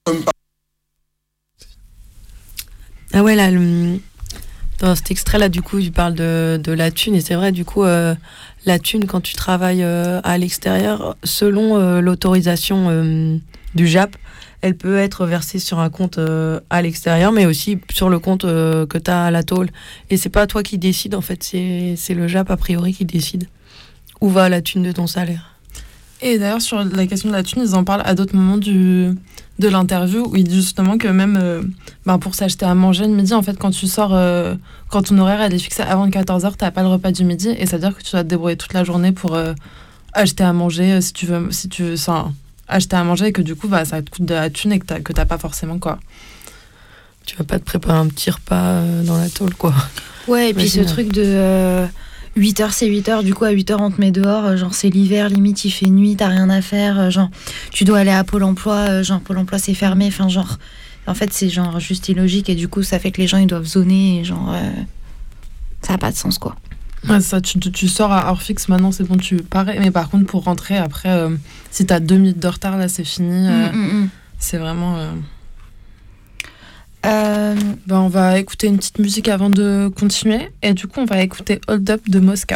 S5: Ah ouais, là, dans cet extrait-là, du coup, il parle de la thune. Et c'est vrai, du coup, la thune, quand tu travailles à l'extérieur, selon l'autorisation du JAP, elle peut être versée sur un compte à l'extérieur, mais aussi sur le compte que tu as à la tôle. Et c'est pas toi qui décide, en fait, c'est le JAP, a priori, qui décide où va la thune de ton salaire.
S4: Et d'ailleurs, sur la question de la thune, ils en parlent à d'autres moments de l'interview, où ils disent justement que même pour s'acheter à manger le midi, en fait, quand tu sors, quand ton horaire elle est fixée avant 14h, t'as pas le repas du midi, et ça veut dire que tu dois te débrouiller toute la journée pour acheter à manger, si tu veux acheter à manger, et que du coup, ça te coûte de la thune et que t'as pas forcément, quoi.
S5: Tu vas pas te préparer un petit repas dans la tôle, quoi.
S1: Ouais, et puis ce truc de 8h, c'est 8h, du coup, à 8h, on te met dehors, genre, c'est l'hiver, limite, il fait nuit, t'as rien à faire, genre, tu dois aller à Pôle emploi, genre, Pôle emploi, c'est fermé, enfin, genre, en fait, c'est genre juste illogique, et du coup, ça fait que les gens, ils doivent zoner, et genre, ça a pas de sens, quoi.
S4: Ouais, ça, tu sors à heure fixe, maintenant, c'est bon, tu parais, mais par contre, pour rentrer, après, si t'as 2 minutes de retard, là, c'est fini, c'est vraiment... on va écouter une petite musique avant de continuer, et du coup on va écouter Hold Up de Mosca.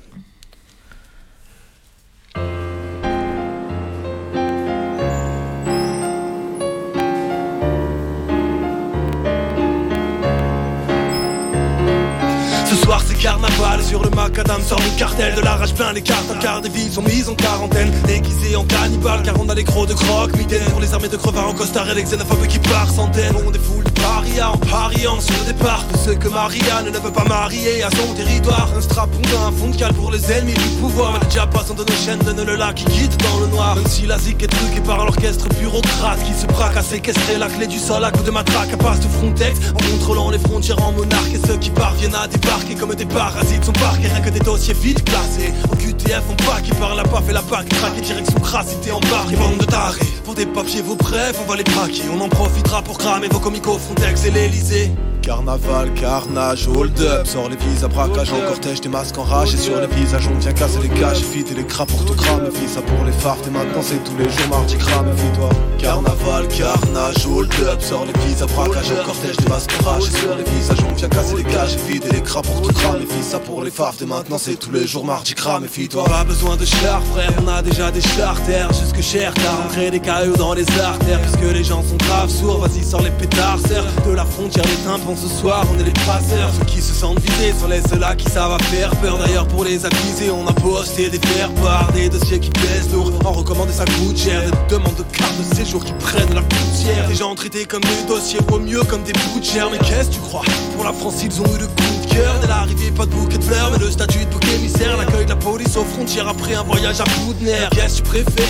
S12: Ce soir c'est carnaval, sur le macadam sort le cartel de la rage plein les cartes, car des villes sont mises en quarantaine, déguisées en cannibales car on a les crocs de croque, mitaines pour les armées de crevards en costard et les xénophobes qui par centaines. On des foules de parias en pariant sur le départ de ceux que Marianne ne veut pas marier à son territoire. Un strapon d'un fond de cale pour les ennemis du pouvoir, mais déjà passant de nos chaînes donne le lac qui quitte dans le noir. Même si la zik est truquée par l'orchestre bureaucrate qui se braque à séquestrer la clé du sol à coups de matraque à passe de Frontex, en contrôlant les frontières en monarque, et ceux qui parviennent à débarquer comme des parasites sont parqués, rien que des dossiers vides classés en QTF en pack, qui par la paf et la PAC traqué direction crassité en barque. Et bande de tarés, pour des papiers vos brefs, on va les braquer, on en profitera pour cramer vos comicos Frontex et l'Elysée. Carnaval, carnage, hold up, sort les visas, braquage en cortège, des masques en rage, et sur les visages on vient casser les cages, vite et les craps pour tout cramer, fille ça pour les farts, et maintenant c'est tous les jours mardi crame, fille-toi. Carnaval, carnage, hold up, sort les visas, braquage en cortège, des masques en rage, et sur les visages on vient casser les cages, vite et les craps pour tout cramer, fille ça pour les farts, et maintenant c'est tous les jours mardi crame, fille-toi. Pas besoin de chars frère, on a déjà des charters, jusque cher, t'as rentré des cailloux dans les artères, puisque les gens sont graves sourds, vas-y sors les pétards, serre de la frontière les tympans. Ce soir on est les traceurs, ceux qui se sentent visés sont les ceux-là qui savent faire peur. D'ailleurs pour les accusés on a posté des faire-part, des dossiers qui pèsent lourd, en recommandé ça coûte cher, des demandes de cartes de séjour qui prennent la poussière, des gens traités comme des dossiers, au mieux comme des bouts de chair. Mais qu'est-ce que tu crois, pour la France ils ont eu le coup de cœur dès l'arrivée, pas de bouquet de fleurs mais le statut de bouc émissaire, l'accueil de la police aux frontières après un voyage à bout de nerfs. Qu'est-ce que tu préfères,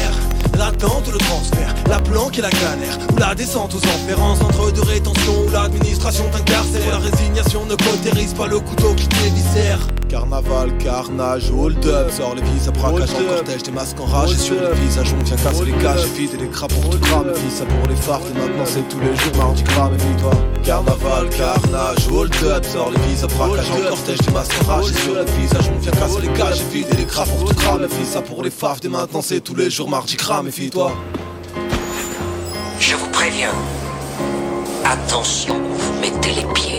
S12: l'attente, le transfert, la planque et la galère, ou la descente aux enfers, en centre de rétention, où l'administration t'incarcère. La résignation ne cautérise pas le couteau qui t'éviscère. Carnaval, carnage, hold-up, sors les vis à braquage en cortège, des masques en rage et sur les visages on vient casser les cages et vider les craps pour tout cramer. Vis ça pour les fards et maintenant c'est tous les jours mardi gras, méfie-toi. Carnaval, carnage, hold-up, sors les vis à braquage en cortège, des masques en rage et sur les visages on vient casser les cages et vider les craps pour tout cramer. Vis ça pour les fards et maintenant c'est tous les jours mardi gras, méfie-toi.
S13: Je vous préviens, attention où vous mettez les pieds.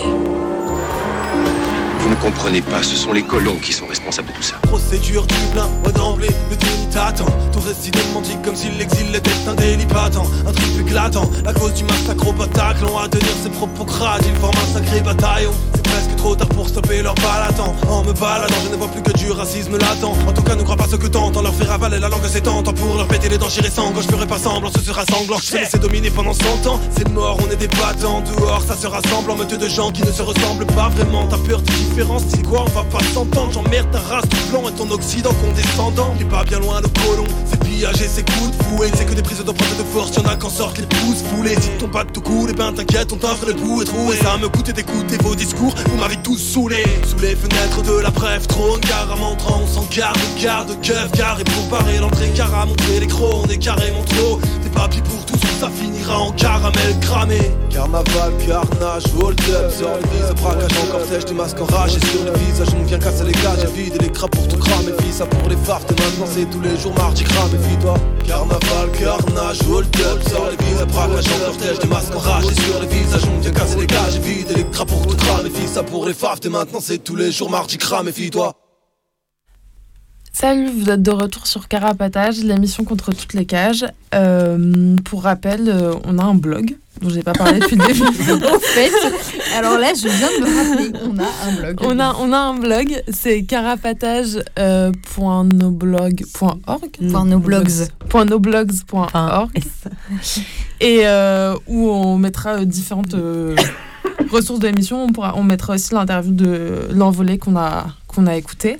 S13: Vous ne comprenez pas, ce sont les colons qui sont responsables de tout ça.
S12: Procédure du plein, ouais d'emblée, le déni t'attend. Ton récit démentique comme si l'exil était un délit patent. Un truc éclatant, la cause du massacre au Bataclan. À tenir ses propos crades, ils forment un sacré bataillon. C'est presque trop tard pour stopper leur baladant. En me baladant, je ne vois plus que du racisme latent. En tout cas, ne crois pas ce que t'entends, leur faire avaler la langue c'est tentant. Pour leur péter les dents, j'irai sanglants, je ferai pas semblant, ce sera sanglant. Je vais laisser dominer pendant 100 ans, c'est mort, on est des battants. Dehors, ça se rassemble en meute de gens qui ne se ressemblent pas vraiment. T'as peur, c'est quoi, on va pas s'entendre. J'emmerde ta race tout blanc et ton occident condescendant. T'es pas bien loin le colon, c'est pillage et c'est coups de fouet. C'est que des prises d'empreinte de force, y'en a qu'en sortent les pouces foulés. Si ton pas de tout cool, et ben t'inquiète, on t'offre le bout et troué. Ça me coûte d'écouter vos discours, vous m'avez tous saoulé. Sous les fenêtres de la brève trône, car à montrant on s'en garde, keuf, car et pour barrer l'entrée, car à montrer les crocs, on est carrément trop. Des papiers pour tous, ça finira en caramel cramé. Carnaval, carnage, hold up, sors les vis, braquage en cortège, des masques en rage et sur les visages, on vient casser les cages et vider les craps pour tout cramer. Fille ça pour les fards, et maintenant c'est tous les jours mardi gras, méfie-toi. Carnaval, carnage, hold up, sors les vis, braquage en cortège, des masques en rage et sur les visages, on vient casser les cages et vider les craps pour tout cramer. Fille ça pour les fards, et maintenant c'est tous les jours mardi gras, méfie-toi.
S4: Salut, vous êtes de retour sur Carapatage, l'émission contre toutes les cages. Pour rappel, on a un blog dont j'ai pas parlé depuis le début.
S1: Au fait, alors là, je viens de me rappeler, on a un blog.
S4: On a un blog, c'est carapatage.noblogs.org. .noblogs.org. Et où on mettra différentes ressources de l'émission. On mettra aussi l'interview de l'envolée qu'on a écouté.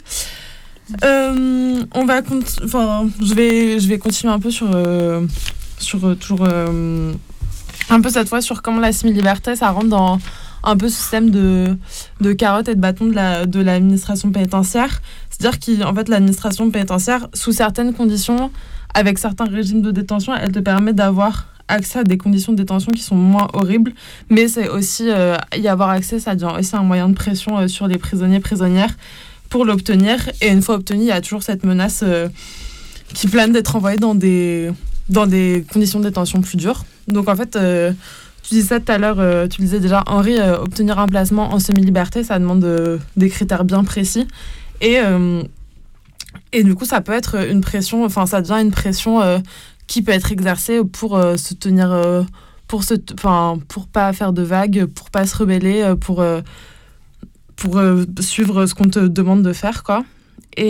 S4: Je vais continuer un peu sur toujours un peu cette fois sur comment la semi-liberté ça rentre dans un peu ce système de carottes et de bâtons de l'administration pénitentiaire. C'est-à-dire qu'en fait l'administration pénitentiaire, sous certaines conditions, avec certains régimes de détention, elle te permet d'avoir accès à des conditions de détention qui sont moins horribles, mais c'est aussi y avoir accès, ça devient aussi un moyen de pression sur les prisonnières pour l'obtenir. Et une fois obtenu, il y a toujours cette menace qui plane d'être envoyé dans des conditions de détention plus dures. Donc en fait, tu disais tout à l'heure, tu disais déjà, Henri, obtenir un placement en semi-liberté, ça demande des critères bien précis. Et du coup, ça peut être une pression, enfin ça devient une pression qui peut être exercée pour se tenir, pour pas faire de vagues, pour pas se rebeller, pour suivre ce qu'on te demande de faire, quoi. Et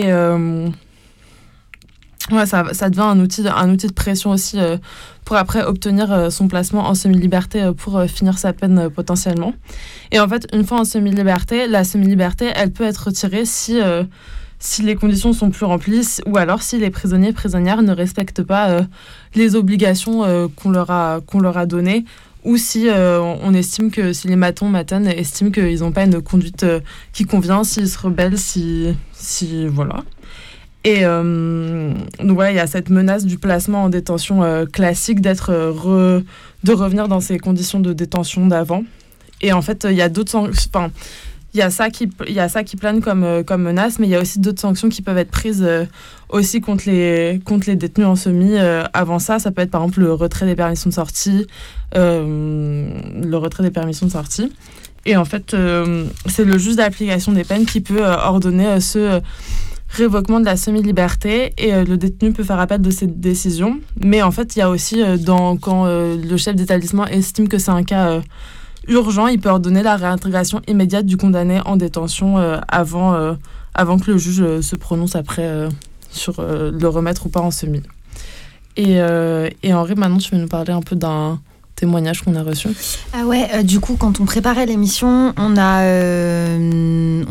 S4: ça devient un outil de pression aussi pour après obtenir son placement en semi-liberté pour finir sa peine potentiellement. Et en fait, une fois en semi-liberté, la semi-liberté, elle peut être retirée si les conditions sont plus remplies ou alors si les prisonnières ne respectent pas les obligations qu'on leur a données, ou si on estime que si les matanes estiment qu'ils n'ont pas une conduite qui convient, s'ils se rebellent, si voilà. Et donc voilà, il y a cette menace du placement en détention classique de revenir dans ces conditions de détention d'avant. Et en fait, il y a d'autres sanctions. Il y a ça qui plane comme menace, mais il y a aussi d'autres sanctions qui peuvent être prises aussi contre les détenus en semi. Avant ça peut être par exemple le retrait des permissions de sortie. Et en fait, c'est le juge d'application des peines qui peut ordonner ce révoquement de la semi-liberté, et le détenu peut faire appel de cette décision. Mais en fait, il y a aussi, quand le chef d'établissement estime que c'est un cas urgent, il peut ordonner la réintégration immédiate du condamné en détention avant que le juge se prononce après sur le remettre ou pas en semi. Et Henri, maintenant, tu veux nous parler un peu d'un témoignage qu'on a reçu.
S1: Ah ouais, du coup, quand on préparait l'émission, on a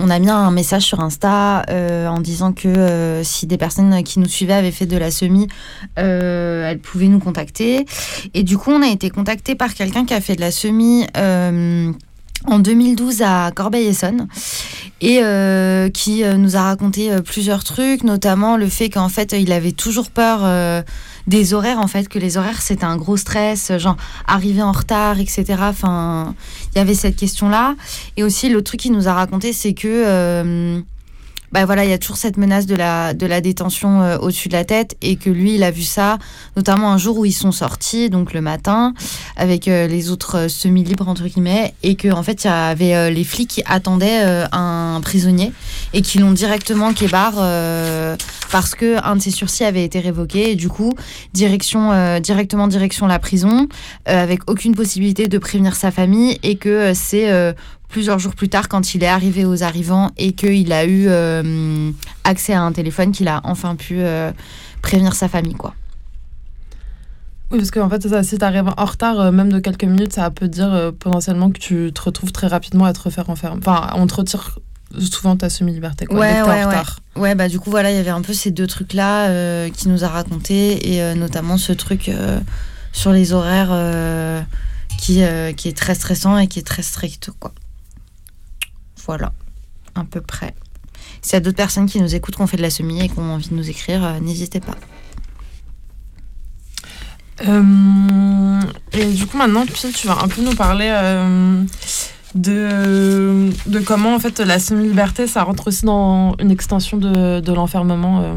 S1: on a mis un message sur Insta en disant que si des personnes qui nous suivaient avaient fait de la semi, elles pouvaient nous contacter. Et du coup, on a été contacté par quelqu'un qui a fait de la semi en 2012 à Corbeil-Essonnes et qui nous a raconté plusieurs trucs, notamment le fait qu'en fait, il avait toujours peur des horaires, en fait, que les horaires, c'était un gros stress, genre arriver en retard, etc. Enfin, il y avait cette question-là. Et aussi, l'autre truc qu'il nous a raconté, c'est que voilà, il y a toujours cette menace de la détention au-dessus de la tête et que lui, il a vu ça, notamment un jour où ils sont sortis, donc le matin, avec les autres semi-libres, entre guillemets, et qu'en fait, il y avait les flics qui attendaient un prisonnier et qui l'ont directement kébar parce qu'un de ses sursis avait été révoqué. Et du coup, directement direction la prison, avec aucune possibilité de prévenir sa famille et que c'est... plusieurs jours plus tard, quand il est arrivé aux arrivants et qu'il a eu accès à un téléphone, qu'il a enfin pu prévenir sa famille, quoi.
S4: Oui, parce qu'en fait, c'est ça, si t'arrives en retard, même de quelques minutes, ça peut dire potentiellement que tu te retrouves très rapidement à te refaire enfermer. Enfin, on te retire souvent ta semi-liberté, quoi, dès que t'es en retard.
S1: Ouais, bah du coup, voilà, il y avait un peu ces deux trucs-là qui nous a raconté, et notamment ce truc sur les horaires qui est très stressant et qui est très strict, quoi. Voilà, à peu près. S'il y a d'autres personnes qui nous écoutent, qui ont fait de la semi et qui ont envie de nous écrire, n'hésitez pas.
S4: Et du coup, maintenant, tu vas un peu nous parler de comment, en fait, la semi-liberté, ça rentre aussi dans une extension de l'enfermement.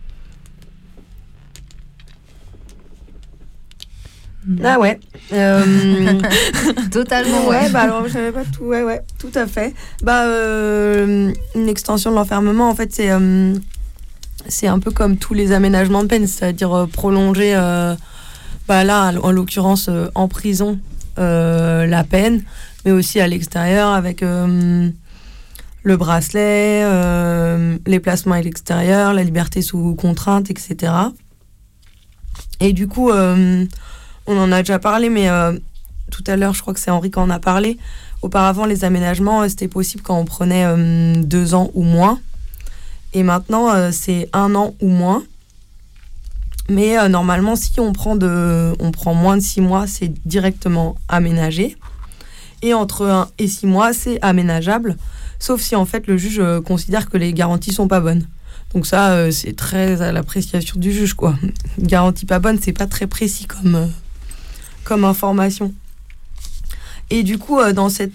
S5: Ah ouais.
S1: Totalement,
S5: ouais. Bah alors, je savais pas tout. Ouais, tout à fait. Une extension de l'enfermement, en fait, c'est un peu comme tous les aménagements de peine, c'est-à-dire prolonger, là, en l'occurrence, en prison, la peine, mais aussi à l'extérieur avec le bracelet, les placements à l'extérieur, la liberté sous contrainte, etc. Et du coup, on en a déjà parlé, mais tout à l'heure, je crois que c'est Henri qui en a parlé. Auparavant, les aménagements, c'était possible quand on prenait 2 ans ou moins. Et maintenant, c'est 1 an ou moins. Mais normalement, si on prend moins de 6 mois, c'est directement aménagé. Et entre 1 et 6 mois, c'est aménageable. Sauf si, en fait, le juge considère que les garanties sont pas bonnes. Donc ça, c'est très à l'appréciation du juge, quoi. Une garantie pas bonne, c'est pas très précis comme information. Et du coup, dans cette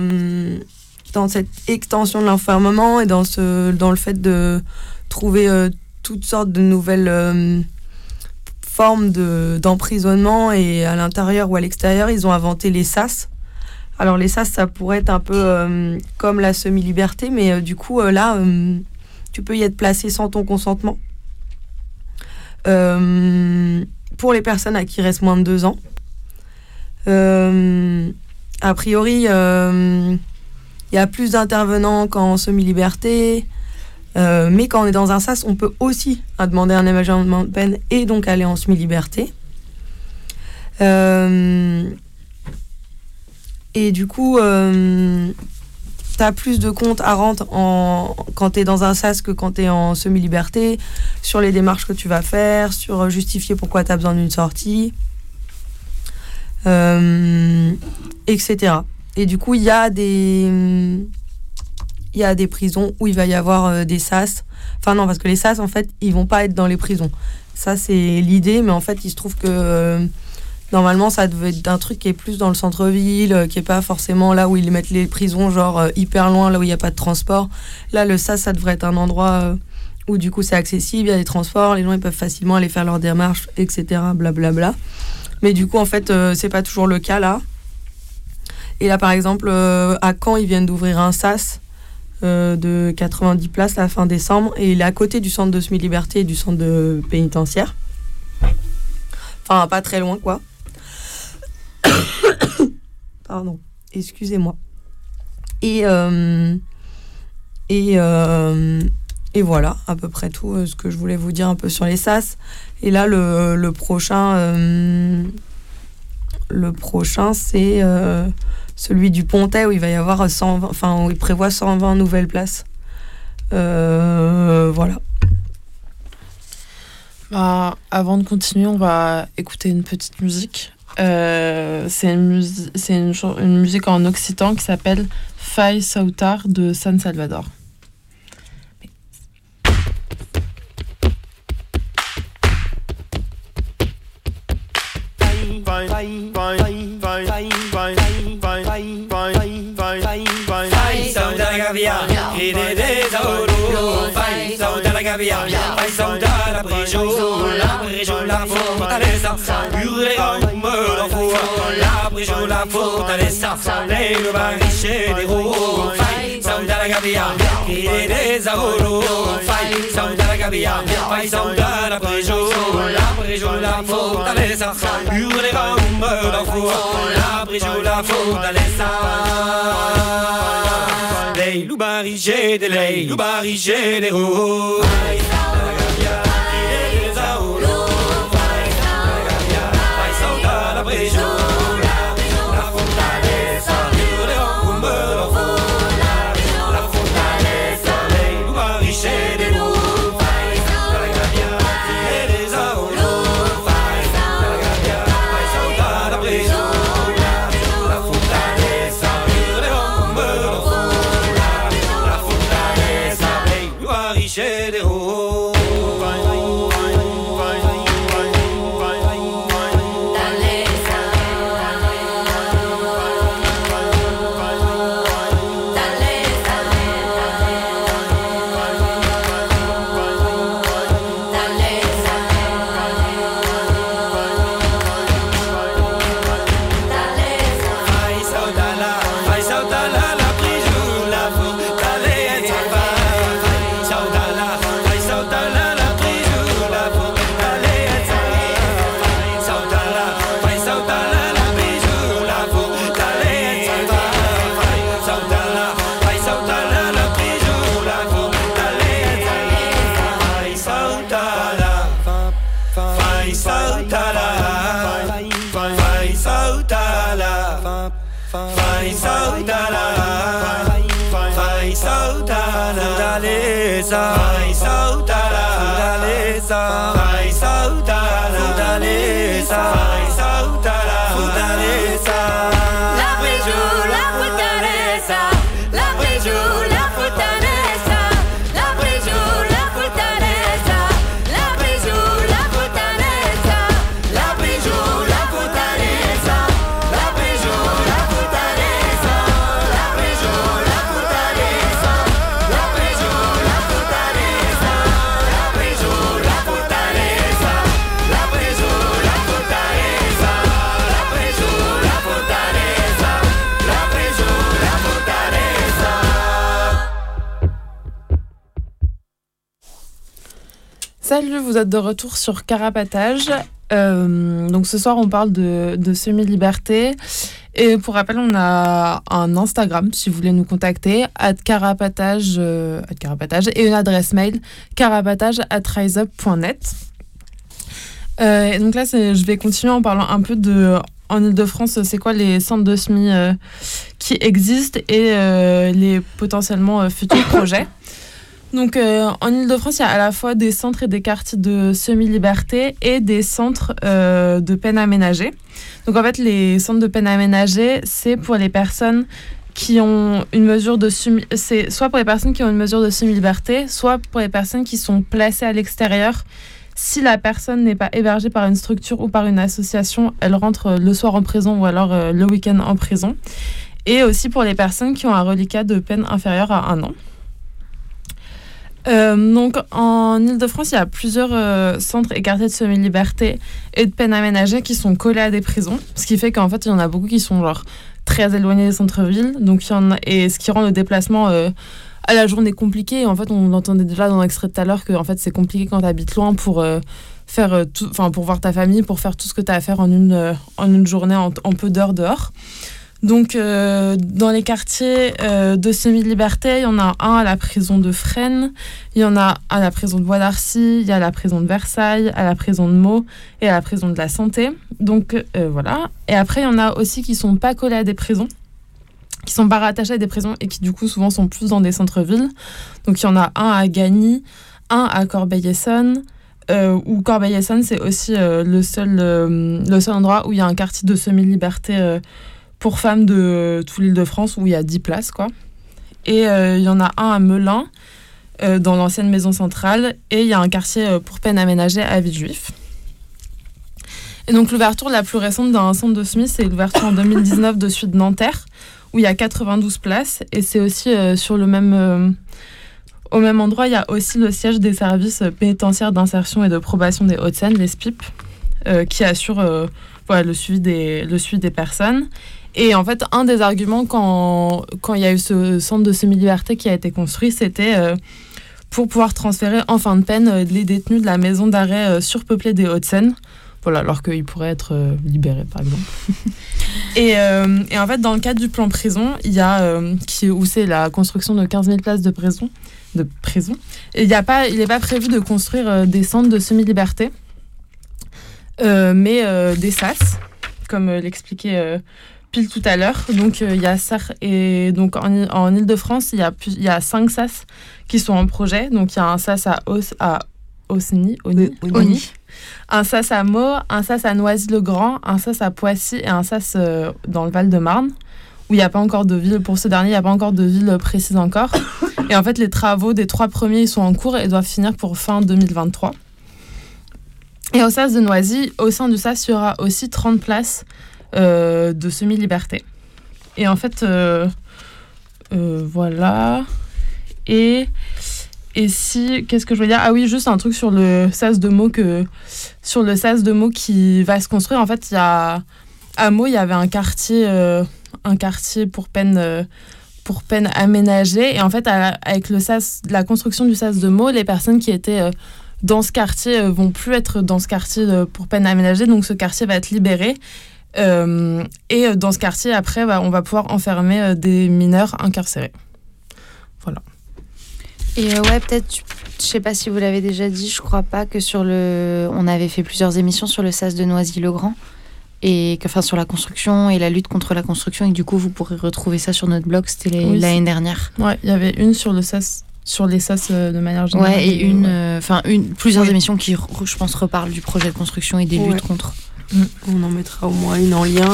S5: extension de l'enfermement et dans le fait de trouver toutes sortes de nouvelles formes d'emprisonnement, et à l'intérieur ou à l'extérieur, ils ont inventé les SAS. Alors les SAS, ça pourrait être un peu comme la semi-liberté, mais du coup, là, tu peux y être placé sans ton consentement. Pour les personnes à qui il reste moins de 2 ans. A priori, il y a plus d'intervenants qu'en semi-liberté, mais quand on est dans un SAS, on peut aussi demander un aménagement de peine et donc aller en semi-liberté. Et du coup, t'as plus de comptes à rendre quand t'es dans un SAS que quand t'es en semi-liberté, sur les démarches que tu vas faire, sur justifier pourquoi t'as besoin d'une sortie, etc. Et du coup, il y a des prisons où il va y avoir des SAS. Enfin non, parce que les SAS, en fait, ils vont pas être dans les prisons. Ça, c'est l'idée, mais en fait, il se trouve que normalement, ça devait être un truc qui est plus dans le centre-ville, qui est pas forcément là où ils mettent les prisons, genre hyper loin, là où il n'y a pas de transport. Là, le SAS, ça devrait être un endroit où du coup c'est accessible, il y a des transports, les gens ils peuvent facilement aller faire leurs démarches, etc. Blablabla. Mais du coup, en fait, c'est pas toujours le cas là. Et là, par exemple, à Caen, ils viennent d'ouvrir un SAS de 90 places la fin décembre, et il est à côté du centre de semi-liberté et du centre de pénitentiaire. Enfin, pas très loin, quoi. Pardon, excusez-moi. Et voilà, à peu près tout ce que je voulais vous dire un peu sur les SAS. Et là, le prochain le prochain, c'est celui du Pontet, où il va y avoir où il prévoit 120 nouvelles places. Voilà.
S4: Avant de continuer, on va écouter une petite musique. C'est une musique en occitan qui s'appelle Fai Sautar de San Salvador.
S14: Fai sautar la gavia, che de tesouro. Fai sautar la gavia, fai sautar la prigione, la fortaleza. Hurleremo la foi, la prigione, la fortaleza. Lei lo barisce de ro. Fai sautar la gavia, che de tesouro. Fai sautar la gavia, fai sautar la prigione, la fortaleza. Hurleremo la foi, la prigione, la fortaleza. Lei lo barisce de lei, lo barisce de ro. Fai sautar la gavia, che de tesouro. Fai sautar la gavia, fai sautar la prigione.
S4: Salut, vous êtes de retour sur Carapatage. Donc ce soir, on parle de semi-liberté. Et pour rappel, on a un Instagram, si vous voulez nous contacter, @carapatage, et une adresse mail, carapatage@riseup.net. Et donc là, je vais continuer en parlant un peu en Ile-de-France, c'est quoi les centres de SMI qui existent et les potentiellement futurs projets. Donc, en Ile-de-France, il y a à la fois des centres et des quartiers de semi-liberté et des centres de peine aménagée. Donc, en fait, les centres de peine aménagée, c'est pour les personnes qui ont une mesure de c'est soit pour les personnes qui ont une mesure de semi-liberté, soit pour les personnes qui sont placées à l'extérieur. Si la personne n'est pas hébergée par une structure ou par une association, elle rentre le soir en prison ou alors le week-end en prison. Et aussi pour les personnes qui ont un reliquat de peine inférieur à 1 an. Donc en Ile-de-France, il y a plusieurs centres et quartiers de semi-liberté et de peine aménagée qui sont collés à des prisons, ce qui fait qu'en fait il y en a beaucoup qui sont genre très éloignés des centres-villes, donc et ce qui rend le déplacement à la journée compliqué. Et en fait, on entendait déjà dans l'extrait de tout à l'heure que en fait c'est compliqué quand tu habites loin pour faire pour voir ta famille, pour faire tout ce que tu as à faire en une journée en peu d'heures dehors. Donc, dans les quartiers de semi-liberté, il y en a un à la prison de Fresnes, il y en a à la prison de Bois d'Arcy, il y a la prison de Versailles, à la prison de Meaux et à la prison de la Santé. Donc, voilà. Et après, il y en a aussi qui ne sont pas collés à des prisons, qui ne sont pas rattachés à des prisons et qui, du coup, souvent sont plus dans des centres-villes. Donc, il y en a un à Gagny, un à Corbeil-Essonnes, où Corbeil-Essonnes, c'est aussi le seul endroit où il y a un quartier de semi-liberté pour femmes de toute l'Île-de-France, où il y a 10 places, quoi. Et il y en a un à Melun, dans l'ancienne maison centrale, et il y a un quartier pour peine aménagée à Villejuif. Et donc l'ouverture la plus récente d'un centre de semi, c'est l'ouverture en 2019 de Suite Nanterre, où il y a 92 places, et c'est aussi sur le même... au même endroit, il y a aussi le siège des services pénitentiaires d'insertion et de probation des Hauts-de-Seine, les SPIP, qui assure le suivi des personnes. Et en fait, un des arguments quand il y a eu ce centre de semi-liberté qui a été construit, c'était pour pouvoir transférer en fin de peine les détenus de la maison d'arrêt surpeuplée des Hauts-de-Seine, voilà, alors qu'ils pourraient être libérés, par exemple. Et en fait, dans le cadre du plan prison, il y a, où c'est la construction de 15 000 places de prison, et il n'est pas prévu de construire des centres de semi-liberté, mais des SAS, comme l'expliquait Pile tout à l'heure. Donc il y a ça, et donc en Île-de-France, il y a 5 SAS qui sont en projet. Donc il y a un SAS à Osny, un SAS à Meaux, un SAS à Noisy-le-Grand, un SAS à Poissy et un SAS dans le Val-de-Marne, où il n'y a pas encore de ville. Pour ce dernier, il n'y a pas encore de ville précise encore. Et en fait, les travaux des 3 premiers, ils sont en cours et doivent finir pour fin 2023. Et au SAS de Noisy, au sein du SAS, il y aura aussi 30 places de semi-liberté. Et en fait, voilà. Et si, qu'est-ce que je veux dire ? Ah oui, juste un truc sur le SAS de Meaux qui va se construire. En fait, à Meaux, il y avait un quartier pour peine aménagée. Et en fait, avec le SAS, la construction du SAS de Meaux, les personnes qui étaient dans ce quartier vont plus être dans ce quartier pour peine aménagée. Donc, ce quartier va être libéré. Et dans ce quartier, après, on va pouvoir enfermer des mineurs incarcérés. Voilà.
S1: Et peut-être, je sais pas si vous l'avez déjà dit, je crois pas que on avait fait plusieurs émissions sur le SAS de Noisy-le-Grand, et sur la construction et la lutte contre la construction, et du coup, vous pourrez retrouver ça sur notre blog, c'était l'année dernière.
S4: Ouais, il y avait une sur le SAS, sur les SAS de manière générale.
S1: Ouais, et plusieurs émissions qui, je pense, reparlent du projet de construction et des luttes contre.
S5: On en mettra au moins une en lien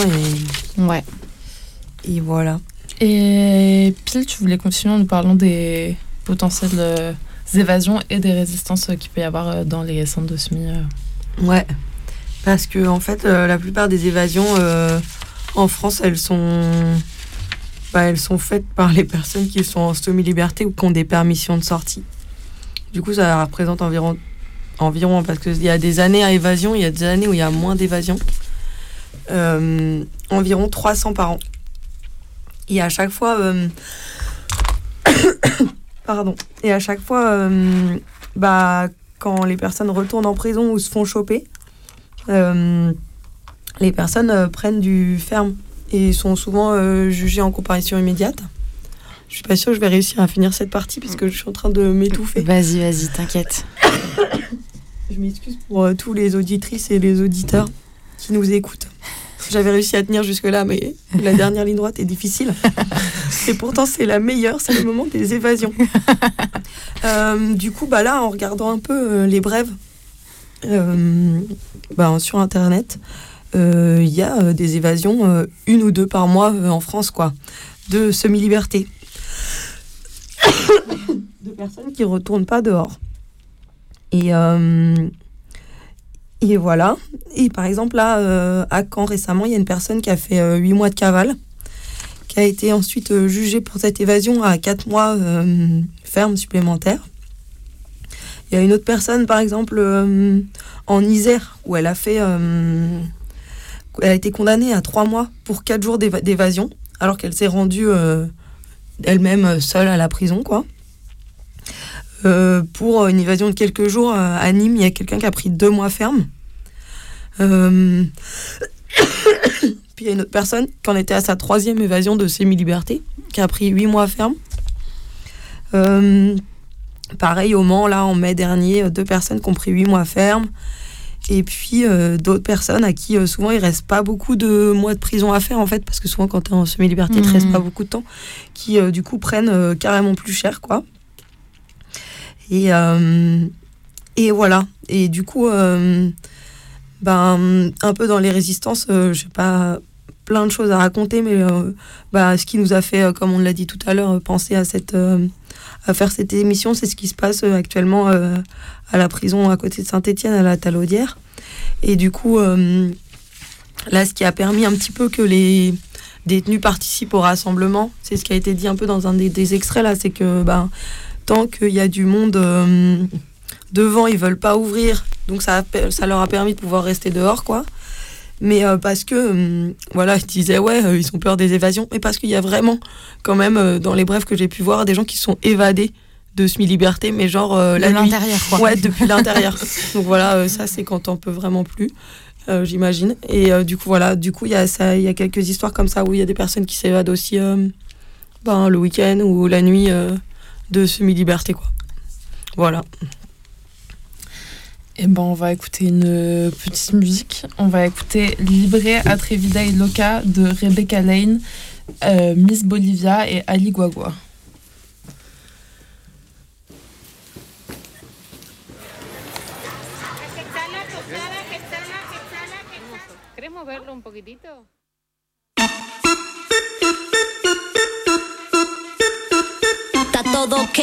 S5: et voilà.
S4: Et Pile, tu voulais continuer en nous parlant des potentielles évasions et des résistances qu'il peut y avoir dans les centres de semi.
S5: Ouais, parce que en fait, la plupart des évasions en France, elles sont faites par les personnes qui sont en semi-liberté ou qui ont des permissions de sortie. Du coup, ça représente environ, parce qu'il y a des années à évasion, il y a des années où il y a moins d'évasion, environ 300 par an. Et à chaque fois, quand les personnes retournent en prison ou se font choper, les personnes prennent du ferme et sont souvent jugées en comparution immédiate. Je suis pas sûre que je vais réussir à finir cette partie parce que je suis en train de m'étouffer.
S1: Vas-y, t'inquiète.
S5: Je m'excuse pour tous les auditrices et les auditeurs qui nous écoutent. J'avais réussi à tenir jusque-là, mais la dernière ligne droite est difficile. Et pourtant, c'est la meilleure, c'est le moment des évasions. Du coup, là, en regardant un peu les brèves sur Internet, il y a des évasions, 1 ou 2 par mois en France, quoi, de semi-liberté. De personnes qui ne retournent pas dehors. Et voilà. Et par exemple, là, à Caen, récemment, il y a une personne qui a fait 8 mois de cavale, qui a été ensuite jugée pour cette évasion à 4 mois ferme supplémentaire. Il y a une autre personne, par exemple, en Isère, où elle a été condamnée à 3 mois pour 4 jours d'évasion, alors qu'elle s'est rendue elle-même seule à la prison, quoi. Pour une évasion de quelques jours à Nîmes, il y a quelqu'un qui a pris 2 mois ferme. Puis il y a une autre personne qui en était à sa 3e évasion de semi-liberté, qui a pris 8 mois ferme. Pareil, au Mans, là, en mai dernier, 2 personnes qui ont pris 8 mois ferme. Et puis d'autres personnes à qui souvent il reste pas beaucoup de mois de prison à faire en fait, parce que souvent quand t'es en semi-liberté il te reste pas beaucoup de temps, qui du coup prennent carrément plus cher quoi. Et voilà. Et du coup un peu dans les résistances, j'ai pas plein de choses à raconter, mais ce qui nous a fait, comme on l'a dit tout à l'heure, penser à faire cette émission, c'est ce qui se passe actuellement à la prison à côté de Saint-Étienne, à la Talaudière. Et du coup, là, ce qui a permis un petit peu que les détenus participent au rassemblement, c'est ce qui a été dit un peu dans un des extraits, là, c'est que tant qu'il y a du monde devant, ils veulent pas ouvrir, donc ça leur a permis de pouvoir rester dehors, quoi. Mais parce que, ils disaient, ils ont peur des évasions, mais parce qu'il y a vraiment, quand même, dans les brefs que j'ai pu voir, des gens qui sont évadés de semi-liberté, mais genre la nuit.
S1: L'intérieur, quoi.
S5: Ouais, depuis l'intérieur. Donc voilà, ça c'est quand on peut vraiment plus, j'imagine. Et du coup, il y a quelques histoires comme ça où il y a des personnes qui s'évadent aussi le week-end ou la nuit de semi-liberté, quoi. Voilà.
S4: Et on va écouter une petite musique. On va écouter Libre, Atrevida y Loca de Rebecca Lane, Miss Bolivia et Ali Guagua.
S15: ¿Quieres moverlo un poquitito?
S16: Está todo ok.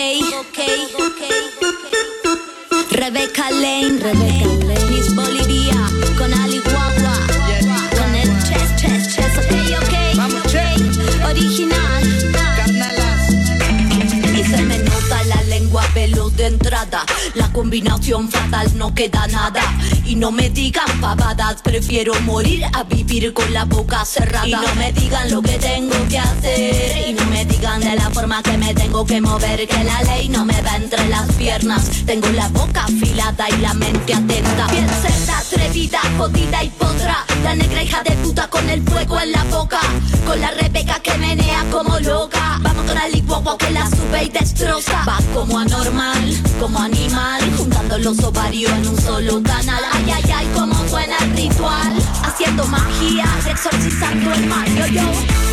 S16: Rebecca Lane, Miss Bolivia, con Ali Guagua, con el chess, ok, vamos, original, carnalas. Y se me nota la lengua veloz de entrada, la combinación fatal no queda nada. Y no me digan pavadas, prefiero morir a vivir con la boca cerrada. Y no me digan lo que tengo que hacer, y no me digan de la forma que me tengo que mover, que la ley no me va entre las piernas. Tengo la boca afilada y la mente atenta. Bien cerda, atrevida, jodida y potra, la negra hija de puta con el fuego en la boca, con la Rebeca que menea como loca. Vamos con Ali Guagua que la sube y destroza. Va como anormal, como animal, juntando los ovarios en un solo canal. Ay, ay, ay, como suena el ritual, haciendo magia, exorcizando el mal. Yo, yo.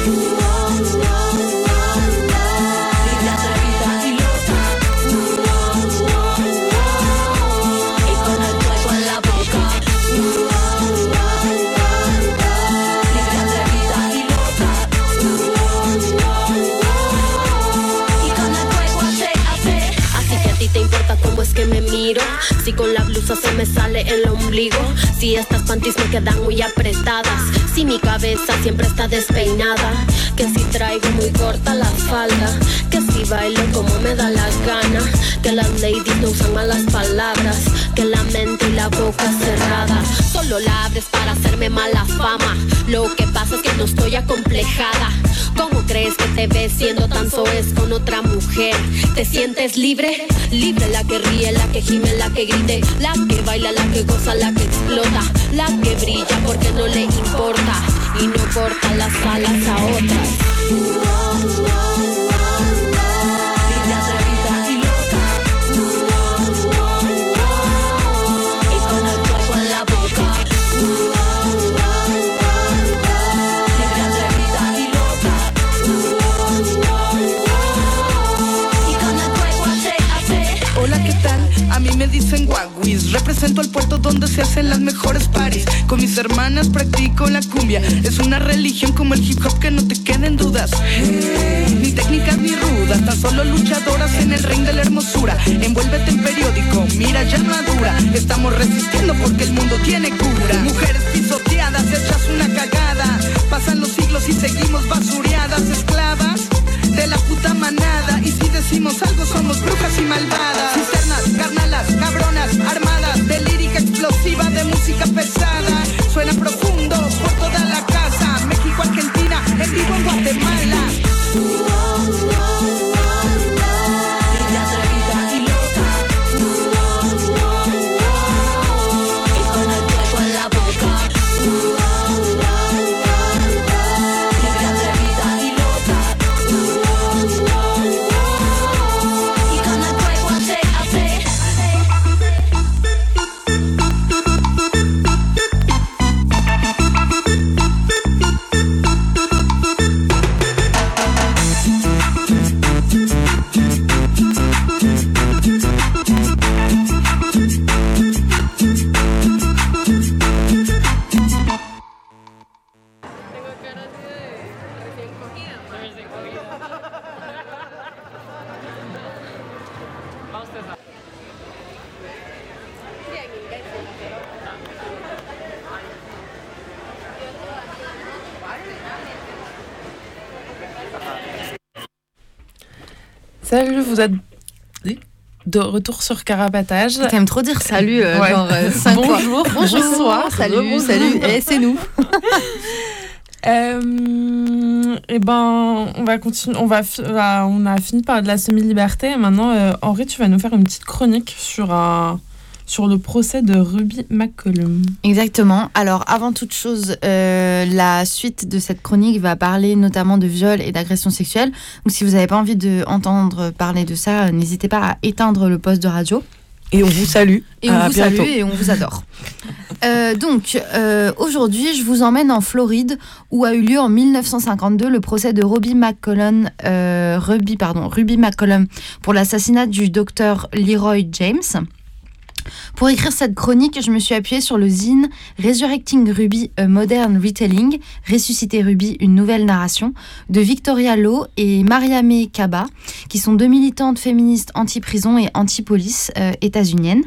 S16: Libre, atrevida y loca. Y con el fuego en la boca. Libre, atrevida y loca. Y con el fuego hace. Así que a ti te importa cómo es que me miro, si con la blusa se me sale el ombligo, si estas panties me quedan muy apretadas, si mi cabeza siempre está despeinada, que si traigo muy corta la falda, que si bailo como me da la gana, que las ladies no usan malas palabras, que la mente y la boca cerrada, solo la abres para hacerme mala fama. Lo que pasa es que no estoy acomplejada. ¿Cómo crees que te ves siendo tan soez con otra mujer? ¿Te sientes libre? Libre, la que ríe, la que gime, la que grite, la que baila, la que goza, la que explota, la que brilla porque no le importa y no corta las alas a otras. Libre, atrevida y loca, y con el fuego en la boca. Libre, atrevida y loca, y con el fuego hace.
S17: Hola, ¿qué tal? A mí me dicen guaguis, represento el puerto donde se hacen las mejores parties. Con mis hermanas practico la cumbia, es una religión como el hip hop que no te queden dudas. Ni técnicas ni rudas, tan solo luchadoras en el ring de la hermosura. Envuélvete en periódico, mira ya madura. Estamos resistiendo porque el mundo tiene cura. Mujeres pisoteadas, hechas una cagada. Pasan los siglos y seguimos basureadas, esclavas de la puta manada. Y si decimos algo somos brujas y malvadas. Cisternas, carnalas, cabronas, armadas de lírica explosiva, de música pesada. Suena profundo por toda la casa. México, Argentina, en vivo en Guatemala.
S16: Libre, atrevida y loca, y con el fuego en la boca.
S4: Salut, vous êtes de retour sur Carapatage.
S1: T'aimes trop dire salut, genre 5 fois.
S4: Bonjour,
S1: bonsoir, salut, salut, et c'est nous.
S4: Et ben, on va continuer. On a fini par de la semi-liberté. Et maintenant, Henri, tu vas nous faire une petite chronique sur le procès de Ruby McCollum.
S1: Exactement. Alors, avant toute chose, la suite de cette chronique va parler notamment de viol et d'agression sexuelle. Donc, si vous n'avez pas envie d'entendre parler de ça, n'hésitez pas à éteindre le poste de radio.
S5: Et on vous salue.
S1: Et on vous salue et on vous adore. Aujourd'hui, je vous emmène en Floride où a eu lieu en 1952 le procès de Ruby McCollum pour l'assassinat du docteur Leroy James. Pour écrire cette chronique, je me suis appuyée sur le zine Resurrecting Ruby, a Modern Retelling, Ressusciter Ruby, une nouvelle narration, de Victoria Law et Mariame Kaba, qui sont deux militantes féministes anti-prison et anti-police états-uniennes.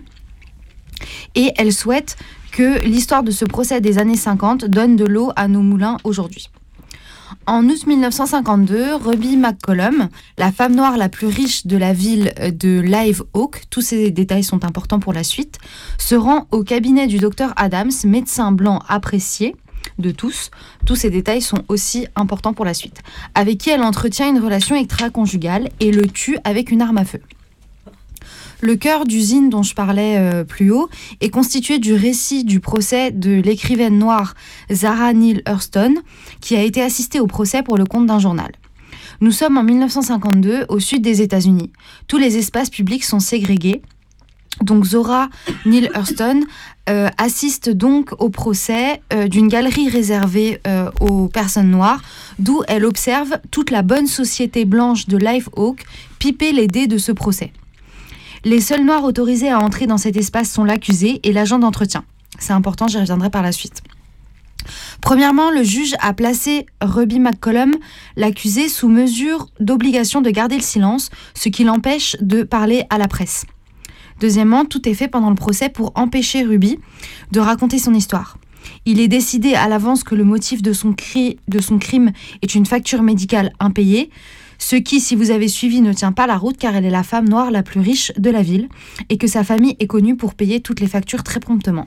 S1: Et elles souhaitent que l'histoire de ce procès des années 50 donne de l'eau à nos moulins aujourd'hui. En août 1952, Ruby McCollum, la femme noire la plus riche de la ville de Live Oak, tous ces détails sont importants pour la suite, se rend au cabinet du docteur Adams, médecin blanc apprécié de tous. Tous ces détails sont aussi importants pour la suite, avec qui elle entretient une relation extra-conjugale et le tue avec une arme à feu. Le cœur du zine dont je parlais plus haut est constitué du récit du procès de l'écrivaine noire Zara Neale Hurston, qui a été assistée au procès pour le compte d'un journal. Nous sommes en 1952 au sud des États-Unis. Tous les espaces publics sont ségrégés. Donc Zora Neale Hurston assiste donc au procès d'une galerie réservée aux personnes noires, d'où elle observe toute la bonne société blanche de Live Oak piper les dés de ce procès. Les seuls noirs autorisés à entrer dans cet espace sont l'accusé et l'agent d'entretien. C'est important, j'y reviendrai par la suite. Premièrement, le juge a placé Ruby McCollum, l'accusé, sous mesure d'obligation de garder le silence, ce qui l'empêche de parler à la presse. Deuxièmement, tout est fait pendant le procès pour empêcher Ruby de raconter son histoire. Il est décidé à l'avance que le motif de son crime est une facture médicale impayée, ce qui, si vous avez suivi, ne tient pas la route car elle est la femme noire la plus riche de la ville et que sa famille est connue pour payer toutes les factures très promptement.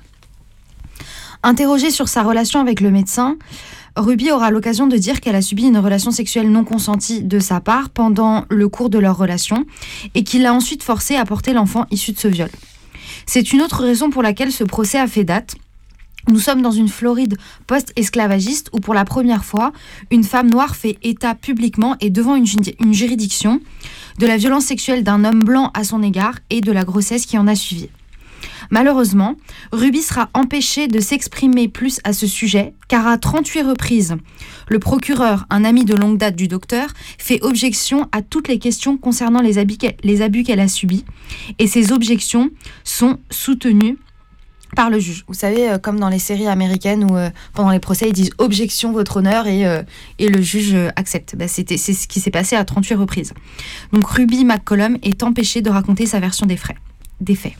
S1: Interrogée sur sa relation avec le médecin, Ruby aura l'occasion de dire qu'elle a subi une relation sexuelle non consentie de sa part pendant le cours de leur relation et qu'il l'a ensuite forcée à porter l'enfant issu de ce viol. C'est une autre raison pour laquelle ce procès a fait date. Nous sommes dans une Floride post-esclavagiste où pour la première fois, une femme noire fait état publiquement et devant une juridiction de la violence sexuelle d'un homme blanc à son égard et de la grossesse qui en a suivi. Malheureusement, Ruby sera empêchée de s'exprimer plus à ce sujet car à 38 reprises, le procureur, un ami de longue date du docteur, fait objection à toutes les questions concernant les abus qu'elle a subis et ces objections sont soutenues par le juge. Vous savez, comme dans les séries américaines où pendant les procès, ils disent « objection, votre honneur » et le juge accepte. C'est ce qui s'est passé à 38 reprises. Donc Ruby McCollum est empêchée de raconter sa version des faits.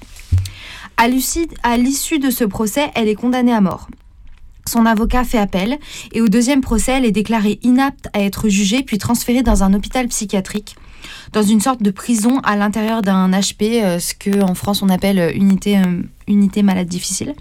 S1: À l'issue de ce procès, elle est condamnée à mort. Son avocat fait appel et au deuxième procès, elle est déclarée inapte à être jugée puis transférée dans un hôpital psychiatrique, dans une sorte de prison à l'intérieur d'un HP, ce qu'en France on appelle unité malade difficile.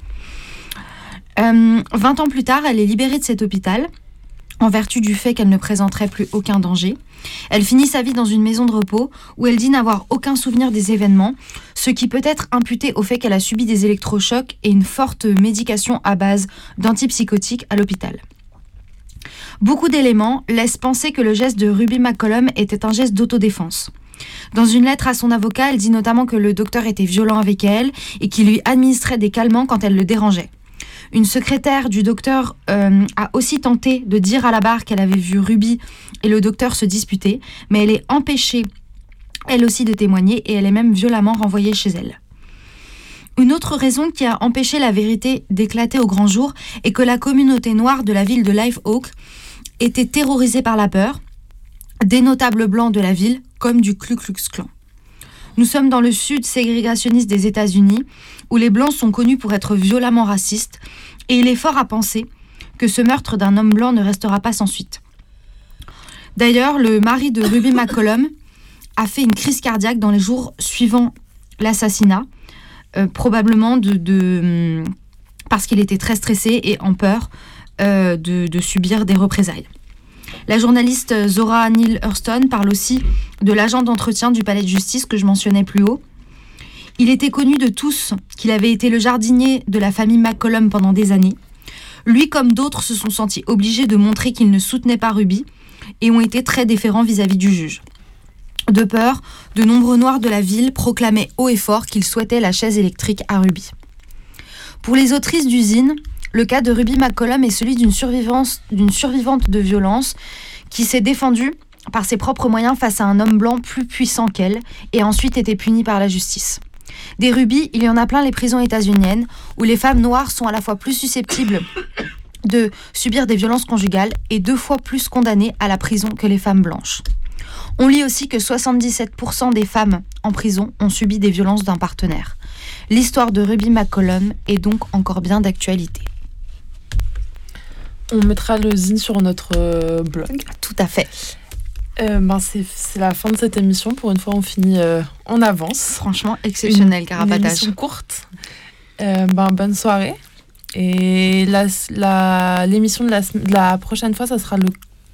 S1: 20 ans plus tard, elle est libérée de cet hôpital, en vertu du fait qu'elle ne présenterait plus aucun danger. Elle finit sa vie dans une maison de repos où elle dit n'avoir aucun souvenir des événements, ce qui peut être imputé au fait qu'elle a subi des électrochocs et une forte médication à base d'antipsychotiques à l'hôpital. Beaucoup d'éléments laissent penser que le geste de Ruby McCollum était un geste d'autodéfense. Dans une lettre à son avocat, elle dit notamment que le docteur était violent avec elle et qu'il lui administrait des calmants quand elle le dérangeait. Une secrétaire du docteur a aussi tenté de dire à la barre qu'elle avait vu Ruby et le docteur se disputer, mais elle est empêchée, elle aussi, de témoigner et elle est même violemment renvoyée chez elle. Une autre raison qui a empêché la vérité d'éclater au grand jour est que la communauté noire de la ville de Live Oak était terrorisée par la peur, des notables blancs de la ville comme du Ku Klux Klan. Nous sommes dans le sud ségrégationniste des États-Unis, où les Blancs sont connus pour être violemment racistes, et il est fort à penser que ce meurtre d'un homme blanc ne restera pas sans suite. D'ailleurs, le mari de Ruby McCollum a fait une crise cardiaque dans les jours suivant l'assassinat, probablement parce qu'il était très stressé et en peur de subir des représailles. La journaliste Zora Neale Hurston parle aussi de l'agent d'entretien du palais de justice que je mentionnais plus haut. Il était connu de tous qu'il avait été le jardinier de la famille McCollum pendant des années. Lui comme d'autres se sont sentis obligés de montrer qu'ils ne soutenaient pas Ruby et ont été très déférents vis-à-vis du juge. De peur, de nombreux noirs de la ville proclamaient haut et fort qu'ils souhaitaient la chaise électrique à Ruby. Pour les autrices d'usine, le cas de Ruby McCollum est celui d'une survivante de violence qui s'est défendue par ses propres moyens face à un homme blanc plus puissant qu'elle et a ensuite été punie par la justice. Des Ruby, il y en a plein les prisons états-uniennes où les femmes noires sont à la fois plus susceptibles de subir des violences conjugales et 2 fois plus condamnées à la prison que les femmes blanches. On lit aussi que 77% des femmes en prison ont subi des violences d'un partenaire. L'histoire de Ruby McCollum est donc encore bien d'actualité.
S4: On mettra le zine sur notre blog.
S1: Tout à fait.
S4: C'est la fin de cette émission. Pour une fois, on finit en avance.
S1: Franchement, exceptionnel, Carapatage.
S4: Une émission courte. Bonne soirée. Et l'émission de la prochaine fois, ça sera le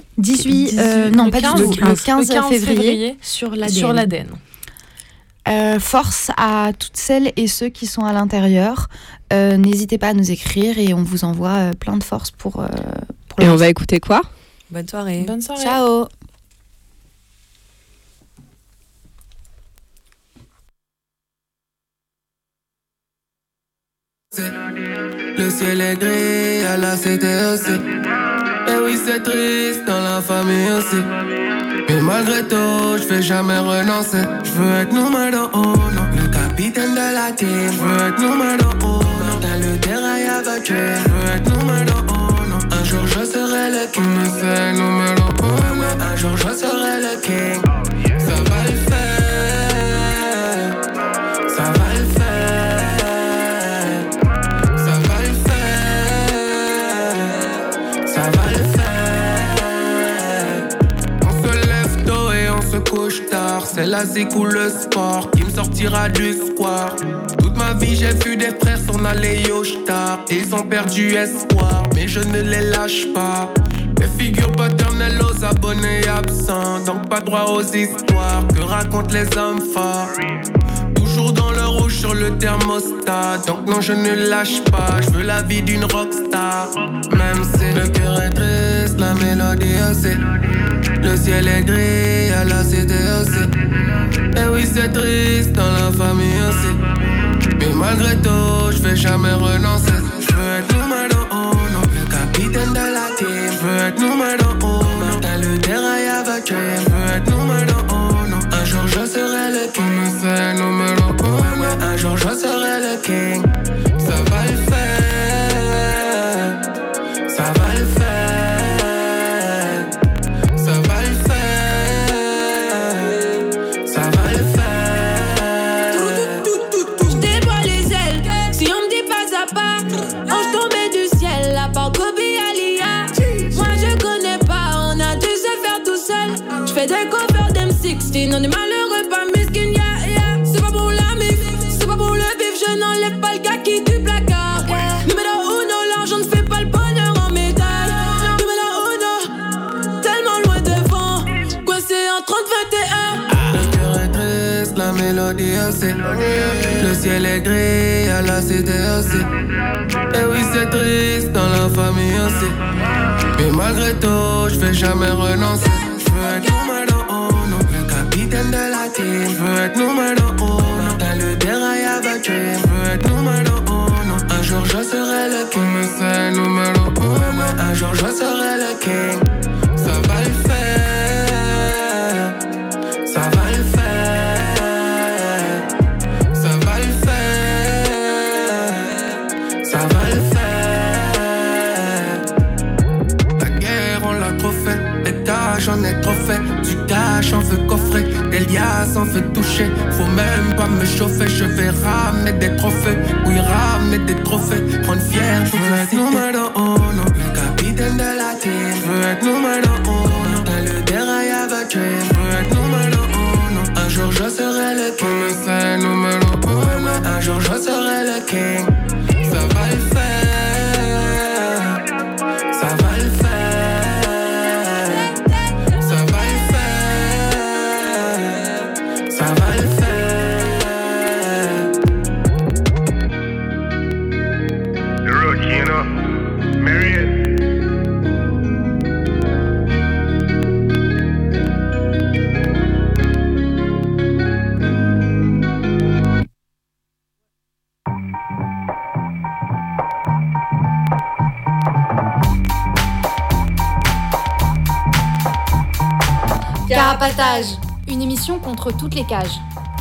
S1: 15 février sur l'ADN. Force à toutes celles et ceux qui sont à l'intérieur. N'hésitez pas à nous écrire et on vous envoie plein de force pour
S6: et on va écouter quoi ?
S5: Bonne soirée.
S4: Bonne soirée.
S1: Ciao.
S18: Le ciel est gris, à la cité aussi. Et oui, c'est triste dans la famille aussi. Mais malgré tout, je vais jamais renoncer. Je veux être numéro 1, le capitaine de la team. Je veux être numéro 1, dans le terrain y'a battu. Je veux être numéro 1, un jour je serai le king. C'est numéro 1, un jour je serai le king. Ça va le faire, ça va le faire, ça va le faire, ça va le faire. On se lève tôt et on se couche tard. C'est la zik ou le sport qui me sortira du square. Toute ma vie j'ai vu des frères s'en aller au star. Ils ont perdu espoir, mais je ne les lâche pas. Les figures paternelles aux abonnés absents, donc pas droit aux histoires que racontent les hommes forts. Toujours dans le rouge sur le thermostat, donc non je ne lâche pas. Je veux la vie d'une rockstar. Même si le cœur est triste, la mélodie aussi. Le ciel est gris, à la cité aussi. Et oui c'est triste dans la famille aussi. Mais malgré tout, je vais jamais renoncer. Je veux être numéro 1, le capitaine de la team. Je veux être numéro 1, dans le terrain y'a battu. Je veux être numéro 1, un jour je serai le king. C'est numéro 1, un jour je serai le king. Ça va le faire, ça va le faire, ça va le faire, ça va le faire.
S19: Je déploie les ailes, si on me dit pas à pas, ange tombé du ciel, la part Kobe Alia. Moi je connais pas, on a dû se faire tout seul. Je fais des covers d'M16, on est malheureux, pas mesquine, yeah. C'est pas pour la mif, c'est pas pour le bif, je n'enlève pas le gars qui du placard. Numéro 1, l'argent ne fait pas le bonheur en médaille. Numéro 1, tellement loin devant, coincé en 30-21.
S18: Le cœur est triste, la mélodie aussi. Le ciel est gris, à la cité aussi. Et oui c'est triste dans la famille aussi. Mais malgré tout, je vais jamais renoncer. Je veux être numéro 1, le capitaine de la team. Je veux être numéro 1, dans le terrain y'a battu. Je veux être numéro 1, un jour je serai le king. C'est numéro 1, un jour je serai le king. Ça va le faire, ça va le faire, ça va le faire, ça va le faire. La guerre on l'a trop fait, l'état j'en ai trop fait. Du cash on veut coffrer, des liasses on veut toucher. Faut mettre chauffer, je vais ramener des trophées. Oui, ramener des trophées, prendre fier. Je veux être numéro 1, le capitaine de la team. Je veux être numéro 1, dans le dérail avec Jay. Je veux être numéro 1, un jour je serai le king. Mais c'est numéro 1, un jour je serai le king. Ça va le faire, ça va le faire, ça va le faire, ça va le faire.
S12: The rookie, you know, Marriott.
S20: Carapatage, une émission contre toutes les cages.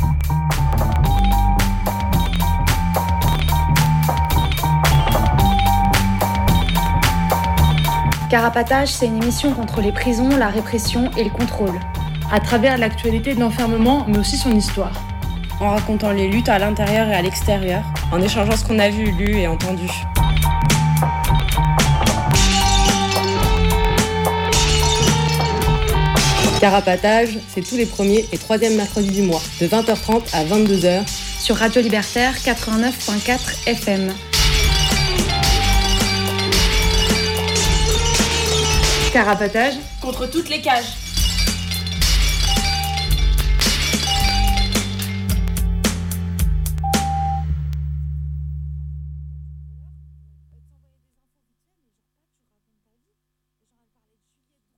S20: Carapatage, c'est une émission contre les prisons, la répression et le contrôle.
S2: À travers l'actualité de l'enfermement, mais aussi son histoire.
S3: En racontant les luttes à l'intérieur et à l'extérieur.
S6: En échangeant ce qu'on a vu, lu et entendu.
S3: Carapatage, c'est tous les premiers et troisièmes mercredis du mois, de 20h30 à 22h.
S20: Sur Radio Libertaire 89.4 FM. Carapatage
S2: contre toutes les cages.